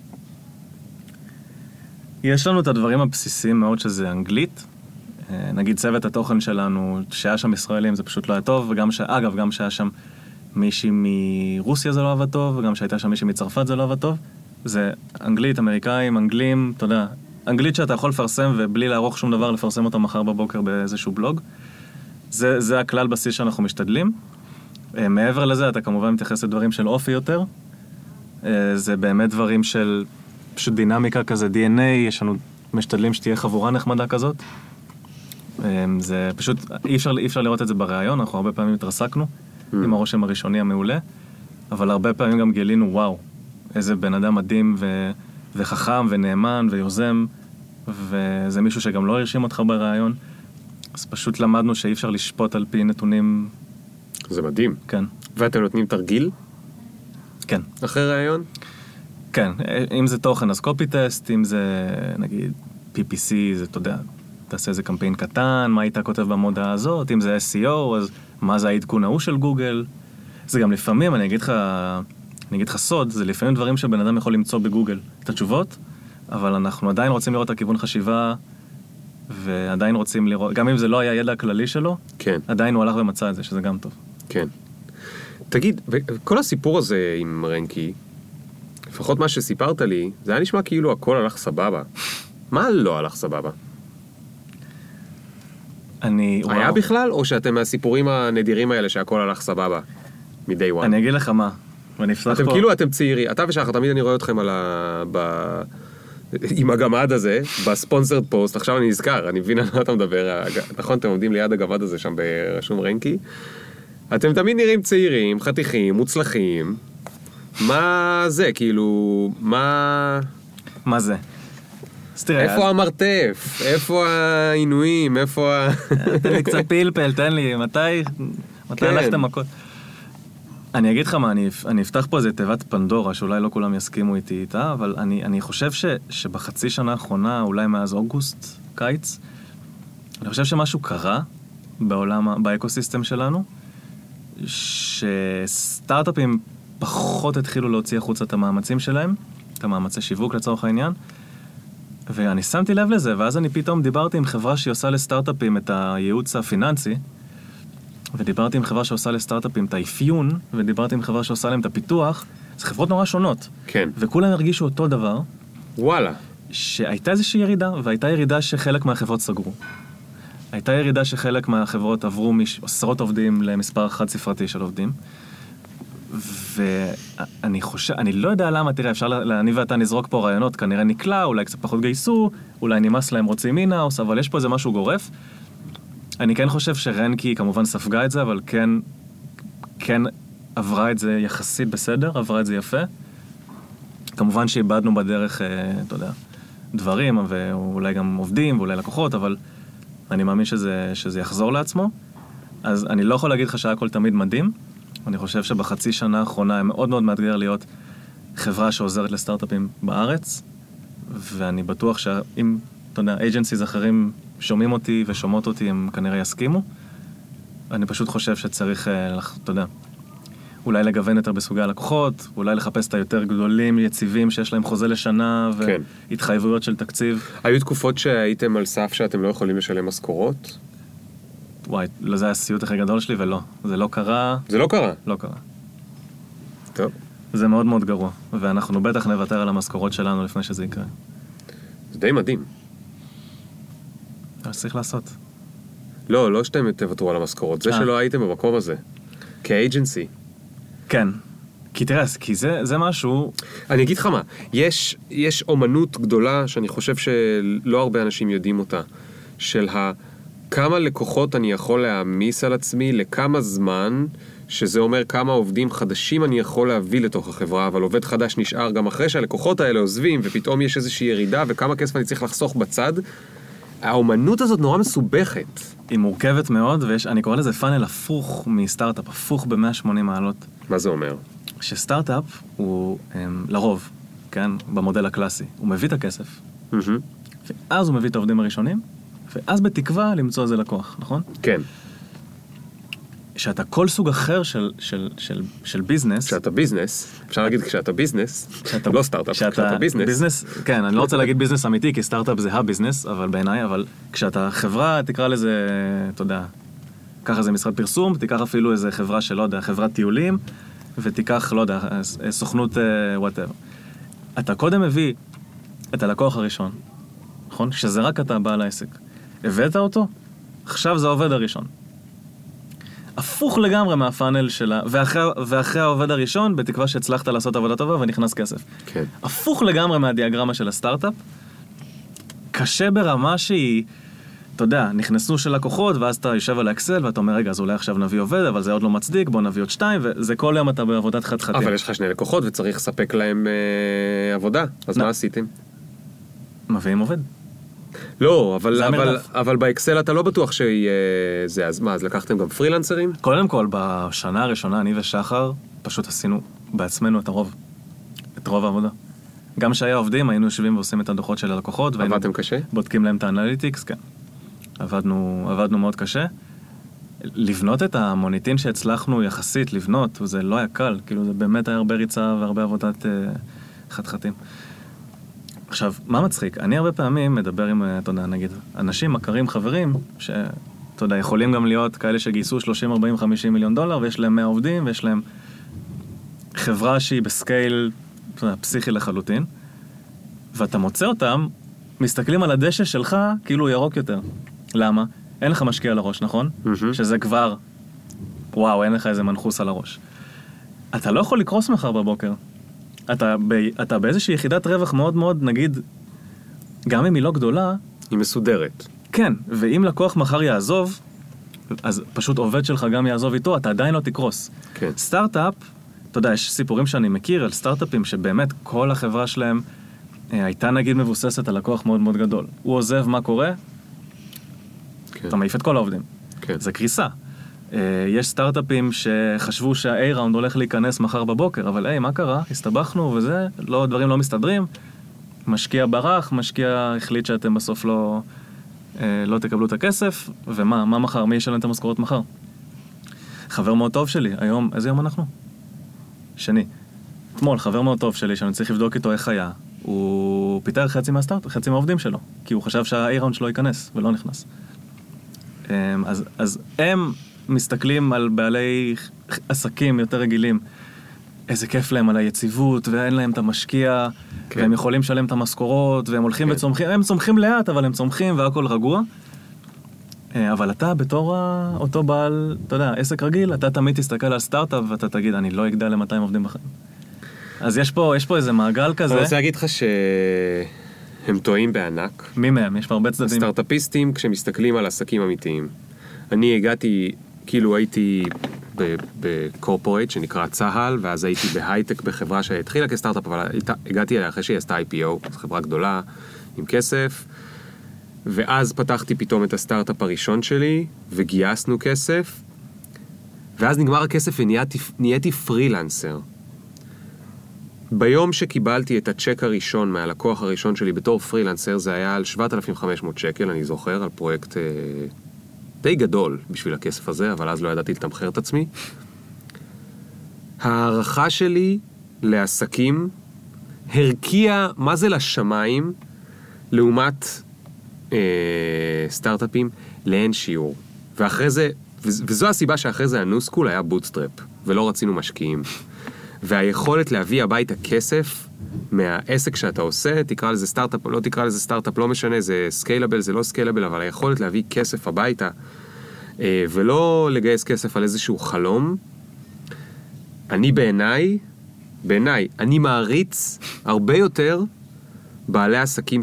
יש לנו את הדברים הבסיסיים מאוד שזה אנגלית. נגיד צוות התוכן שלנו, שהיה שם ישראלים זה פשוט לא היה טוב, וגם גם שהיה שם מישהי מרוסיה זה לא עבד טוב, וגם שהייתה שם מישהי מצרפת זה לא עבד טוב. זה אנגלית, אמריקאים, אנגלים, אתה יודע, אנגלית שאתה יכול לפרסם ובלי לערוך שום דבר לפרסם אותה מחר בבוקר באיזשהו בלוג. זה הכלל בסיס שאנחנו משתדלים. מעבר לזה אתה כמובן מתייחס לדברים של אופי יותר. זה באמת דברים של פשוט דינמיקה כזה, DNA, יש לנו משתדלים שתהיה חבורה נחמדה כזאת. זה פשוט, אי אפשר לראות את זה בראיון, אנחנו הרבה פעמים התרסקנו עם הרושם הראשוני המעולה, אבל הרבה פעמים גם גילינו, וואו, איזה בן אדם מדהים וחכם ונאמן ויוזם, וזה מישהו שגם לא הרשים אותך בראיון, אז פשוט למדנו שאי אפשר לשפוט על פי נתונים. זה מדהים. כן. ואתם נותנים תרגיל? כן. אחרי ראיון? כן, אם זה תוכן אז קופי טסט, אם זה נגיד PPC, זה אתה יודע, תעשה איזה קמפיין קטן, מה היית כותב במודעה הזאת, אם זה SEO, אז מה זה העדכון ההוא של גוגל. זה גם לפעמים, אני אגיד לך סוד, זה לפעמים דברים שבן אדם יכול למצוא בגוגל את התשובות, אבל אנחנו עדיין רוצים לראות את הכיוון חשיבה, ועדיין רוצים לראות, גם אם זה לא היה ידע הכללי שלו, כן. עדיין הוא הלך ומצא את זה, שזה גם טוב. כן. תגיד, כל הסיפור הזה עם רנקי, לפחות מה שסיפרת לי, זה היה נשמע כאילו הכל הלך סבבה. מה לא הלך סבבה? היה בכלל, או שאתם מהסיפורים הנדירים האלה שהכל הלך סבבה? מ-day one. אני אגיד לך מה, ואני אפסח פה. אתם כאילו, אתם צעירי, אתה ושחר, תמיד אני רואה אתכם עם הגמד הזה, בספונסרד פוסט, עכשיו אני נזכר, אני מבין על מה אתה מדבר, נכון, אתם עומדים ליד הגמד הזה שם ברשום רנקי, אתם תמיד נראים צעירים, חתיכים, מוצלחים, מה זה, כאילו, מה... מה זה? איפה המרתף? איפה העינויים? איפה ה... תן לי קצת פלפל, תן לי, מתי הלכתם מכות? אני אגיד לך מה, אני אפתח פה איזה תיבת פנדורה, שאולי לא כולם יסכימו איתה, אבל אני חושב שבחצי שנה האחרונה, אולי מאז אוגוסט, קיץ, אני חושב שמשהו קרה בעולם, באקוסיסטם שלנו, שסטארט-אפים פחות התחילו להוציא החוצה את המאמצים שלהם, את המאמצי שיווק לצורך העניין, ואני שמתי לב לזה, ואז אני פתאום דיברתי עם חברה שהיא עושה לסטארט-אפים את הייעוץ הפיננסי, ודיברתי עם חברה שעושה לסטארט-אפים את האפיון, ודיברתי עם חברה שעושה להם את הפיתוח, זה חברות נורא שונות. כן. וכולם הרגישו אותו דבר. וואלה. שהייתה איזושהי ירידה, והייתה ירידה שחלק מהחברות סגרו. הייתה ירידה שחלק מהחברות עברו עשרות עובדים למספר חד ספרתי של עובדים. ואני חושב, אני לא יודע למה, תראה, אפשר אני ואתה נזרוק פה רעיונות, כנראה נקלע, אולי קצת פחות גייסו, אולי נמאס להם רוצים אינהאוס, אבל יש פה איזה משהו גורף. אני כן חושב שרנקי כמובן ספגה את זה, אבל כן עברה את זה יחסית בסדר, עברה את זה יפה. כמובן שאיבדנו בדרך, אתה יודע, דברים, ואולי גם עובדים, ואולי לקוחות, אבל אני מאמין שזה יחזור לעצמו. אז אני לא יכול להגיד לך שהכל תמיד מדהים. אני חושב שבחצי שנה האחרונה היה מאוד מאוד מאתגר להיות חברה שעוזרת לסטארט-אפים בארץ, ואני בטוח שאם, אתה יודע, אייג'נסיז אחרים שומעים אותי ושומעות אותי, הם כנראה יסכימו. אני פשוט חושב שצריך, אתה יודע, אולי לגוון יותר בסוגי הלקוחות, אולי לחפש את היותר גדולים, יציבים, שיש להם חוזה לשנה, והתחייבויות של תקציב. היו תקופות שהייתם על סף שאתם לא יכולים לשלם משכורות? וואי, זה היה הסיוט הכי גדול שלי, ולא. זה לא קרה. זה לא קרה? לא קרה. טוב. זה מאוד מאוד גרוע, ואנחנו בטח נוותר על המשכורות שלנו לפני שזה יקרה. זה די מדהים. אז צריך לעשות. לא שאתם תוותרו על המשכורות, זה שלא הייתם במקום הזה. כאג'נסי. כן. כי תראה, כי זה משהו... אני אגיד לך מה, יש אומנות גדולה שאני חושב שלא הרבה אנשים יודעים אותה, של כמה לקוחות אני יכול להעמיס על עצמי, לכמה זמן, שזה אומר כמה עובדים חדשים אני יכול להביא לתוך החברה, אבל עובד חדש נשאר גם אחרי שהלקוחות האלה עוזבים, ופתאום יש איזושהי ירידה, וכמה כסף אני צריך לחסוך בצד. האומנות הזאת נורא מסובכת. היא מורכבת מאוד, אני קורא לזה פאנל הפוך מסטארט-אפ, הפוך ב-180 מעלות. מה זה אומר? שסטארט-אפ הוא לרוב, כן, במודל הקלאסי, הוא מביא את הכסף, ואז הוא מביא את העובדים הראשונים, ואז בתקווה למצוא איזה לקוח, נכון? כן. שאתה כל סוג אחר של ביזנס... כשאתה ביזנס, אפשר להגיד כשאתה ביזנס, לא סטארט-אפ, כשאתה ביזנס. כן, אני לא רוצה להגיד ביזנס אמיתי, כי סטארט-אפ זה הביזנס, אבל בעיניי, אבל כשאתה חברה, תקרא לזה, אתה יודע, קח איזה משרד פרסום, תיקח אפילו איזה חברה שלא יודע, חברת טיולים, ותיקח, לא יודע, סוכנות whatever. אתה קודם מביא את הלקוח הראשון, נכון? שזה רק אתה בעל העסק. הבאת אותו, עכשיו זה העובד הראשון. הפוך לגמרי מהפאנל שלה, ואחרי העובד הראשון, בתקווה שהצלחת לעשות עבודה טובה ונכנס כסף. כן. הפוך לגמרי מהדיאגרמה של הסטארט-אפ, קשה ברמה שהיא, אתה יודע, נכנסו של לקוחות, ואז אתה יושב על האקסל, ואתה אומר, רגע, אז אולי עכשיו נביא עובד, אבל זה עוד לא מצדיק, בוא נביא עוד 2, וזה כל יום אתה בעבודת חתחתים. אבל יש לך 2 לקוחות, וצריך לספק להם עבודה, אז מה עשיתם? מביאים עובד. לא, אבל באקסל אתה לא בטוח שיהיה זה, אז מה, אז לקחתם גם פרילנסרים? קודם כל, בשנה הראשונה, אני ושחר, פשוט עשינו בעצמנו את רוב העבודה. גם שהיה עובדים, היינו יושבים ועושים את הדוחות של הלקוחות, עבדתם קשה? בודקים להם את האנליטיקס, כן. עבדנו מאוד קשה. לבנות את המוניטין שהצלחנו יחסית לבנות, וזה לא היה קל, כאילו זה באמת היה הרבה ריצה והרבה עבודת חתחתים. עכשיו, מה מצחיק? אני הרבה פעמים מדבר עם, אתה יודע, נגיד, אנשים, מכרים, חברים, שאתה יודע, יכולים גם להיות כאלה שגייסו 30, 40, 50 מיליון דולר, ויש להם 100 עובדים, ויש להם חברה שהיא בסקייל, אתה יודע, פסיכי לחלוטין, ואתה מוצא אותם, מסתכלים על הדשא שלך, כאילו הוא ירוק יותר. למה? אין לך משקיע על הראש, נכון? שזה כבר, וואו, אין לך איזה מנחוס על הראש. אתה לא יכול לקרוס מחר בבוקר. אתה באיזושהי יחידת רווח מאוד מאוד, נגיד, גם אם היא לא גדולה, היא מסודרת. כן, ואם לקוח מחר יעזוב, אז פשוט עובד שלך גם יעזוב איתו, אתה עדיין לא תקרוס. כן. סטארט-אפ, אתה יודע, יש סיפורים שאני מכיר על סטארט-אפים שבאמת כל החברה שלהם הייתה נגיד מבוססת על לקוח מאוד מאוד גדול. הוא עוזב, מה קורה? כן. אתה מעיף את כל העובדים. כן. זה קריסה. יש סטארט-אפים שחשבו שה-A-ראונד הולך להיכנס מחר בבוקר, אבל היי, מה קרה? הסתבכנו וזה, דברים לא מסתדרים. משקיע ברח, משקיע החליט שאתם בסוף לא תקבלו את הכסף, ומה מחר? מי ישלם את המשכורות מחר? חבר מאוד טוב שלי, היום, איזה יום אנחנו? שני. אתמול, חבר מאוד טוב שלי, שאני צריך לבדוק איתו איך היה, הוא פיתר חצי מהעובדים שלו, כי הוא חשב שה-A-ראונד שלו ייכנס, ולא נכנס. אז הם מסתכלים על בעלי עסקים יותר רגילים, איזה כיף להם על היציבות, ואין להם את המשקיע, כן. והם יכולים לשלם את המשכורות, והם הולכים כן. וצומחים, הם צומחים לאט, אבל הם צומחים והכל רגוע. אבל אתה בתור אותו בעל, אתה יודע, עסק רגיל, אתה תמיד תסתכל על סטארט-אפ, ואתה תגיד, אני לא אגדל ל-200 עובדים בחיים. אז יש פה איזה מעגל כזה. אני רוצה להגיד לך שהם טועים בענק. מי מהם? יש פה הרבה צדדים. הסטארט-אפיסטים, כשמסתכלים על עסקים אמיתיים. אני הגעתי, כאילו הייתי בקורפורייט שנקרא צהל, ואז הייתי בהייטק בחברה שהתחילה כסטארט-אפ, אבל הגעתי אליה אחרי שהיא עשתה IPO, זו חברה גדולה, עם כסף, ואז פתחתי פתאום את הסטארט-אפ הראשון שלי, וגייסנו כסף, ואז נגמר הכסף ונהייתי פרילנסר. ביום שקיבלתי את הצ'ק הראשון מהלקוח הראשון שלי בתור פרילנסר, זה היה על 7,500 שקל, אני זוכר, על פרויקט די גדול בשביל הכסף הזה, אבל אז לא ידעתי לתמחר את עצמי. הערכה שלי לעסקים הרקיע מה זה לשמיים לעומת סטארט-אפים לאין שיעור. ואחרי זה, וזו הסיבה שאחרי זה הניו סקול היה בוטסטראפ, ולא רצינו משקיעים. והיכולת להביא הביתה כסף מהעסק שאתה עושה, תקרא לזה סטארט-אפ או לא תקרא לזה סטארט-אפ, לא משנה, זה סקיילבל, זה לא סקיילבל, אבל היכולת להביא כסף הביתה, ולא לגייס כסף על איזשהו חלום, אני בעיניי, אני מעריץ הרבה יותר בעלי עסקים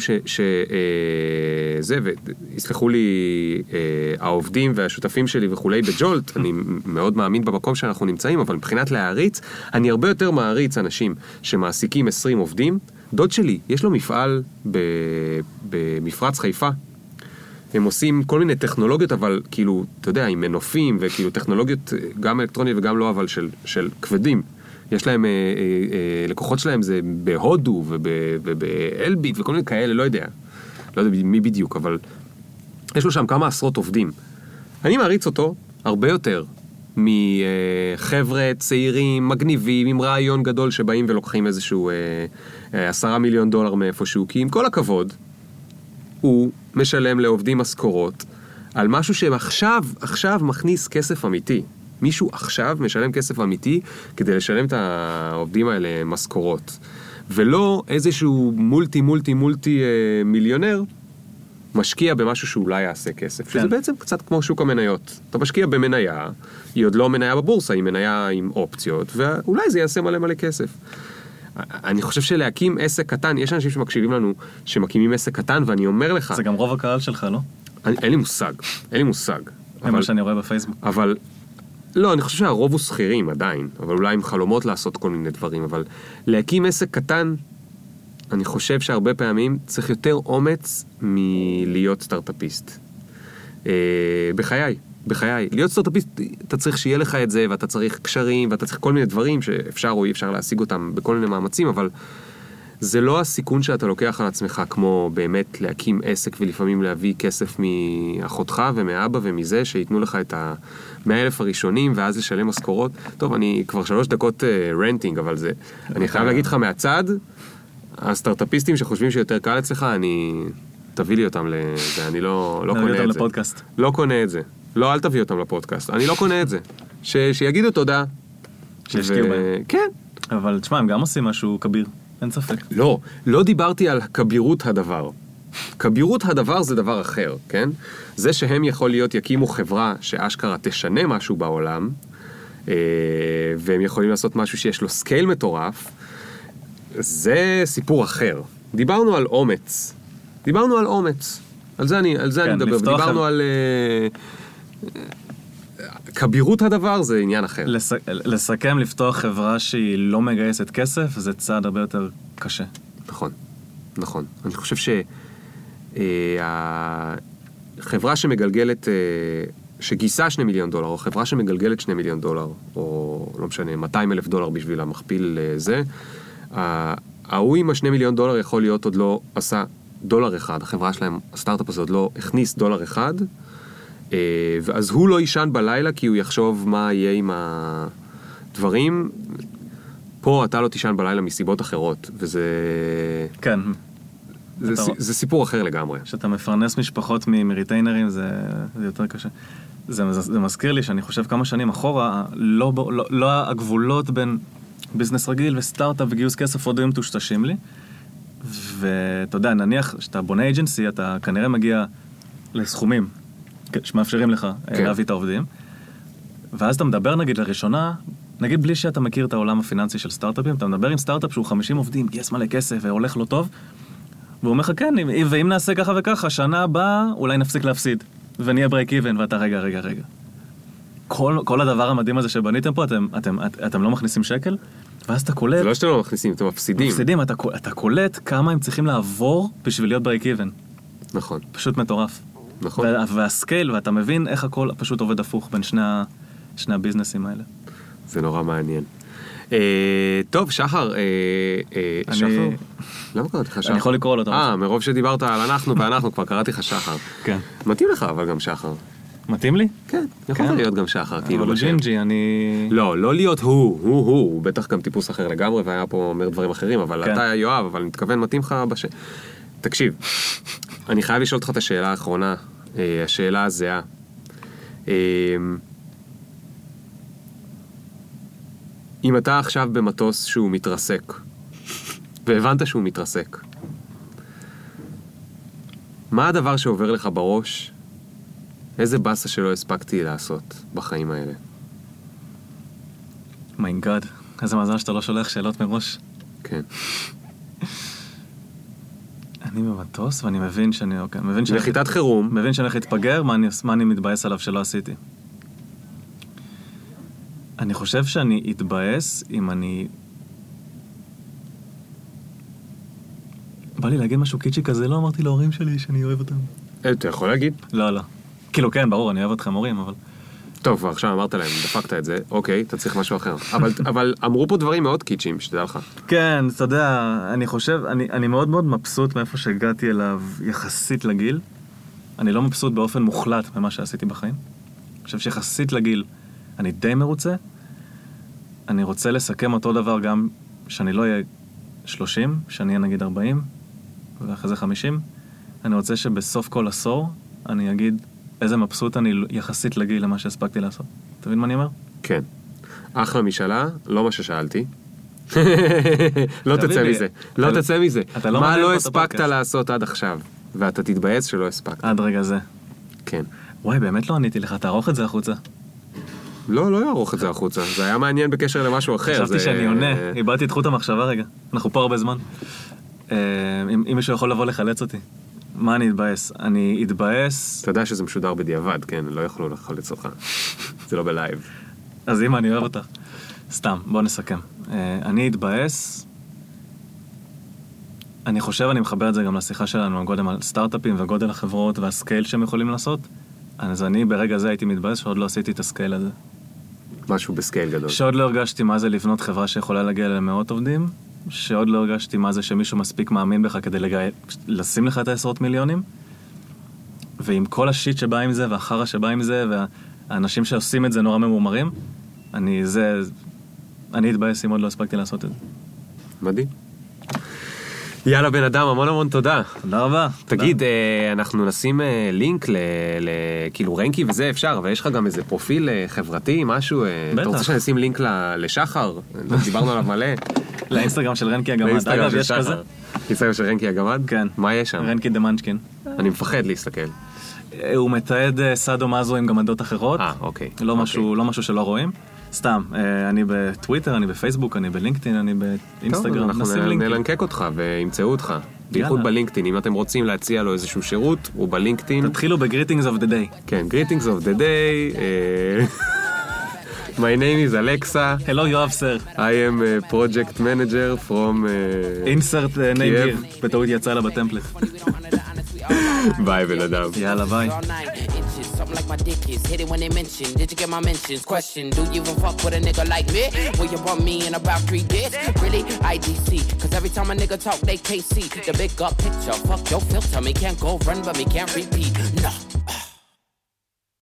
ויסלחו לי העובדים והשותפים שלי וכולי בג'ולט, אני מאוד מאמין במקום שאנחנו נמצאים, אבל מבחינת להעריץ, אני הרבה יותר מעריץ אנשים שמעסיקים 20 עובדים. דוד שלי, יש לו מפעל במפרץ חיפה. הם עושים כל מיני טכנולוגיות, אבל כאילו, אתה יודע, עם מנופים וכאילו טכנולוגיות גם אלקטרוניות וגם לא, אבל של כבדים. יש להם, לקוחות שלהם זה בהודו ובאלביט וכל מיני כאלה, לא יודע מי בדיוק, אבל יש לו שם כמה עשרות עובדים. אני מעריץ אותו הרבה יותר מחבר'ה צעירים, מגניבים, עם רעיון גדול שבאים ולוקחים איזשהו $10 מיליון מאיפשהו, כי עם כל הכבוד, הוא משלם לעובדים משכורות על משהו שעכשיו מכניס כסף אמיתי. מישהו עכשיו משלם כסף אמיתי כדי לשלם את העובדים האלה משכורות. ולא איזשהו מולטי מיליונר משקיע במשהו שאולי יעשה כסף. שזה בעצם קצת כמו שוק המניות. אתה משקיע במניה, היא עוד לא מניה בבורסה, היא מניה עם אופציות, ואולי זה יעשה מלא כסף. אני חושב שלהקים עסק קטן, יש אנשים שמקשיבים לנו שמקימים עסק קטן, ואני אומר לך... זה גם רוב הקהל שלך, לא? אין לי מושג. זה מה שאני רואה בפייסבוק. אבל... לא, אני חושב שהרוב הוא שכירים עדיין, אבל אולי עם חלומות לעשות כל מיני דברים, אבל להקים עסק קטן, אני חושב שהרבה פעמים צריך יותר אומץ מלהיות סטארט-אפיסט. בחיי. להיות סטארט-אפיסט, אתה צריך שיהיה לך את זה, ואתה צריך קשרים, ואתה צריך כל מיני דברים שאפשר או אי אפשר להשיג אותם בכל מיני מאמצים, אבל זה לא הסיכון שאתה לוקח על עצמך, כמו באמת להקים עסק ולפעמים להביא כסף מאחותך ומאבא ומזה, שיתנו לך את ה100,000 הראשונים, ואז לשלם משכורות. טוב, אני כבר 3 דקות רנטינג, אבל זה, אני חייב להגיד לך מהצד, הסטארט-אפיסטים שחושבים שיותר קל אצלך, תביא לי אותם לזה, אני לא קונה את זה. לפודקאסט. לא קונה את זה. לא, אל תביא אותם לפודקאסט. אני לא קונה את זה. שיגידו תודה. שישקיעו בהם. כן. אבל תשמע, הם גם עושים משהו כביר. אין ספק. לא דיברתי על כבירות הדבר. כבירות הדבר זה דבר אחר, כן? זה שהם יכול להיות יקימו חברה שאשכרה תשנה משהו בעולם, והם יכולים לעשות משהו שיש לו סקייל מטורף, זה סיפור אחר. דיברנו על אומץ. דיברנו על אומץ. על זה אני מדבר. דיברנו על... כבירות הדבר זה עניין אחר. לסכם, לפתוח חברה שהיא לא מגייסת כסף, זה צעד הרבה יותר קשה. נכון. אני חושב שהחברה שמגלגלת, שגייסה $2 מיליון, או חברה שמגלגלת $2 מיליון, או לא משנה, $200,000 בשביל המכפיל זה, ההוא עם $2 מיליון יכול להיות עוד לא עשה $1. החברה שלהם, הסטארט-אפ הזה עוד לא הכניס $1, ואז הוא לא יישן בלילה כי הוא יחשוב מה יהיה עם הדברים. פה אתה לא תישן בלילה מסיבות אחרות, וזה... כן. זה סיפור אחר לגמרי. כשאתה מפרנס משפחות מריטיינרים, זה יותר קשה. זה מזכיר לי שאני חושב כמה שנים אחורה, לא הגבולות בין ביזנס רגיל וסטארט-אפ וגיוס כסף עוד היו מטושטשים לי. ואתה יודע, נניח שאתה בונה אייג'נסי, אתה כנראה מגיע לסכומים שמאפשרים לך להביא את העובדים, ואז אתה מדבר נגיד לראשונה, נגיד בלי שאתה מכיר את העולם הפיננסי של סטארט-אפים, אתה מדבר עם סטארט-אפ שהוא 50 עובדים, גייס מלא כסף והולך לא טוב, והוא אומר לך כן, ואם נעשה ככה וככה, שנה הבאה אולי נפסיק להפסיד, ונהיה ברייק איבן, ואתה רגע. כל הדבר המדהים הזה שבניתם פה, אתם לא מכניסים שקל, ואז אתה קולט... זה לא שאתם לא מכניסים, אתם מפסידים. אתה קולט כמה הם צריכים לעבור בשביל להיות ברייק איבן. נכון. פשוט מטורף. נכון. והסקייל, ואתה מבין איך הכל פשוט עובד הפוך בין שני הביזנסים האלה. זה נורא מעניין. טוב, שחר. שחר? למה קראתי לך שחר? אני יכול לקרוא לו. מרוב שדיברת על אנחנו ואנחנו, כבר קראתי לך שחר. כן. מתאים לך אבל גם שחר. מתאים לי? כן, יכול להיות גם שחר. אבל הוא ג'ינג'י, לא להיות הוא בטח גם טיפוס אחר לגמרי, והיה פה אומר דברים אחרים, אבל אתה יואב, אבל אני מתכוון, מתאים לך תקשיב, אני חייב לשאול אותך את השאלה האחרונה, השאלה הזהה. אם אתה עכשיו במטוס שהוא מתרסק, והבנת שהוא מתרסק, מה הדבר שעובר לך בראש? איזה בסה שלא הספקתי לעשות בחיים האלה? מיינגאד, איזה מזל שאתה לא שולח שאלות מראש. כן. אני במטוס ואני מבין שאני... נחיתת חירום. מבין שאני הולך להתפגר, מה אני מתבאס עליו שלא עשיתי. אני חושב שאני אתבאס אם אני... בא לי להגיד משהו קיצ'י כזה, לא אמרתי להורים שלי שאני אוהב אותם. אתה יכול להגיד? לא. כאילו כן, ברור, אני אוהב אתכם הורים, אבל... טוב, עכשיו אמרת להם, דפקת את זה, אוקיי, אתה צריך משהו אחר. אבל אמרו פה דברים מאוד קיצ'ים, שתדע לך. כן, אתה יודע, אני חושב, אני מאוד מאוד מבסוט מאיפה שהגעתי אליו יחסית לגיל. אני לא מבסוט באופן מוחלט ממה שעשיתי בחיים. אני חושב שיחסית לגיל, אני די מרוצה. אני רוצה לסכם אותו דבר גם שאני לא אהיה 30, שאני אהיה נגיד 40, ואחרי זה 50. אני רוצה שבסוף כל עשור אני אגיד איזה מבסוט אני יחסית לגיל למה שהספקתי לעשות. אתה מבין מה אני אומר? כן. אחלה משאלה, לא מה ששאלתי. לא תצא מזה. לא תצא מזה. מה לא הספקת לעשות עד עכשיו? ואתה תתבאס שלא הספקת. עד רגע זה. כן. וואי, באמת לא עניתי לך, תערוך את זה החוצה. לא יערוך את זה החוצה. זה היה מעניין בקשר למשהו אחר. חשבתי שאני עונה, איבדתי את חוט המחשבה רגע. אנחנו פה הרבה זמן. אם מישהו יכול לבוא לחלץ אותי. מה אני אתבאס? אני אתבאס... אתה יודע שזה משודר בדיעבד, כן? לא יכולו לחלץ אותך. זה לא בלייב. אז אמא, אני אוהב אותך. סתם, בוא נסכם. אני אתבאס... אני חושב, אני מחבר את זה גם לשיחה שלנו, הגודל על סטארט-אפים וגודל החברות והסקייל שהם יכולים לעשות. אז אני ברגע זה הייתי מתבאס שעוד לא עשיתי את הסקייל הזה. משהו בסקייל גדול. שעוד לא הרגשתי מה זה לבנות חברה שיכולה להגיע למאות עובדים, שעוד לא הרגשתי מה זה שמישהו מספיק מאמין בך כדי לשים לך את ה10 מיליונים, ועם כל השיט שבא עם זה, והחרה שבא עם זה, והאנשים שעושים את זה נורא ממומרים, אני אתבאס אם עוד לא הספקתי לעשות את זה. מדהים. יאללה בן אדם, המון תודה. תודה רבה. תגיד, אנחנו נשים לינק כאילו רנקי וזה אפשר, אבל יש לך גם איזה פרופיל חברתי, משהו? בטח. אתה רוצה שנשים לינק לשחר? דיברנו עליו מלא. לאינסטגרם של רנקי הגמד. אגב, יש כזה? אינסטגרם של רנקי הגמד? כן. מה יש שם? רנקי דמנצ'קין. אני מפחד להסתכל. הוא מתעד סאדו מאזו עם גמדות אחרות. אוקיי. לא משהו שלא רואים. סתם, אני בטוויטר, אני בפייסבוק, אני בלינקדאין, אני באינסטגרם. טוב, אנחנו נלנקק אותך וימצאו אותך. בייחוד בלינקדאין, אם אתם רוצים להציע לו איזשהו שירות, הוא בלינקדאין. תתחילו ב-Greetings of the day. כן, Greetings of the day. My name is Alexa. Hello, יואב סר. I am a project manager from... insert name here. בטעות יצא לה בטמפלט. ביי, בן אדם. יאללה, ביי. Something like my dick is hit it when they mention. Did you get my mentions? Question: do you even fuck with a nigga like me? Will you bump me in about 3 days? Really? IDC. Cause every time a nigga talk, they KC. The big up picture. Fuck your filter. Me can't go run, but me can't repeat. No.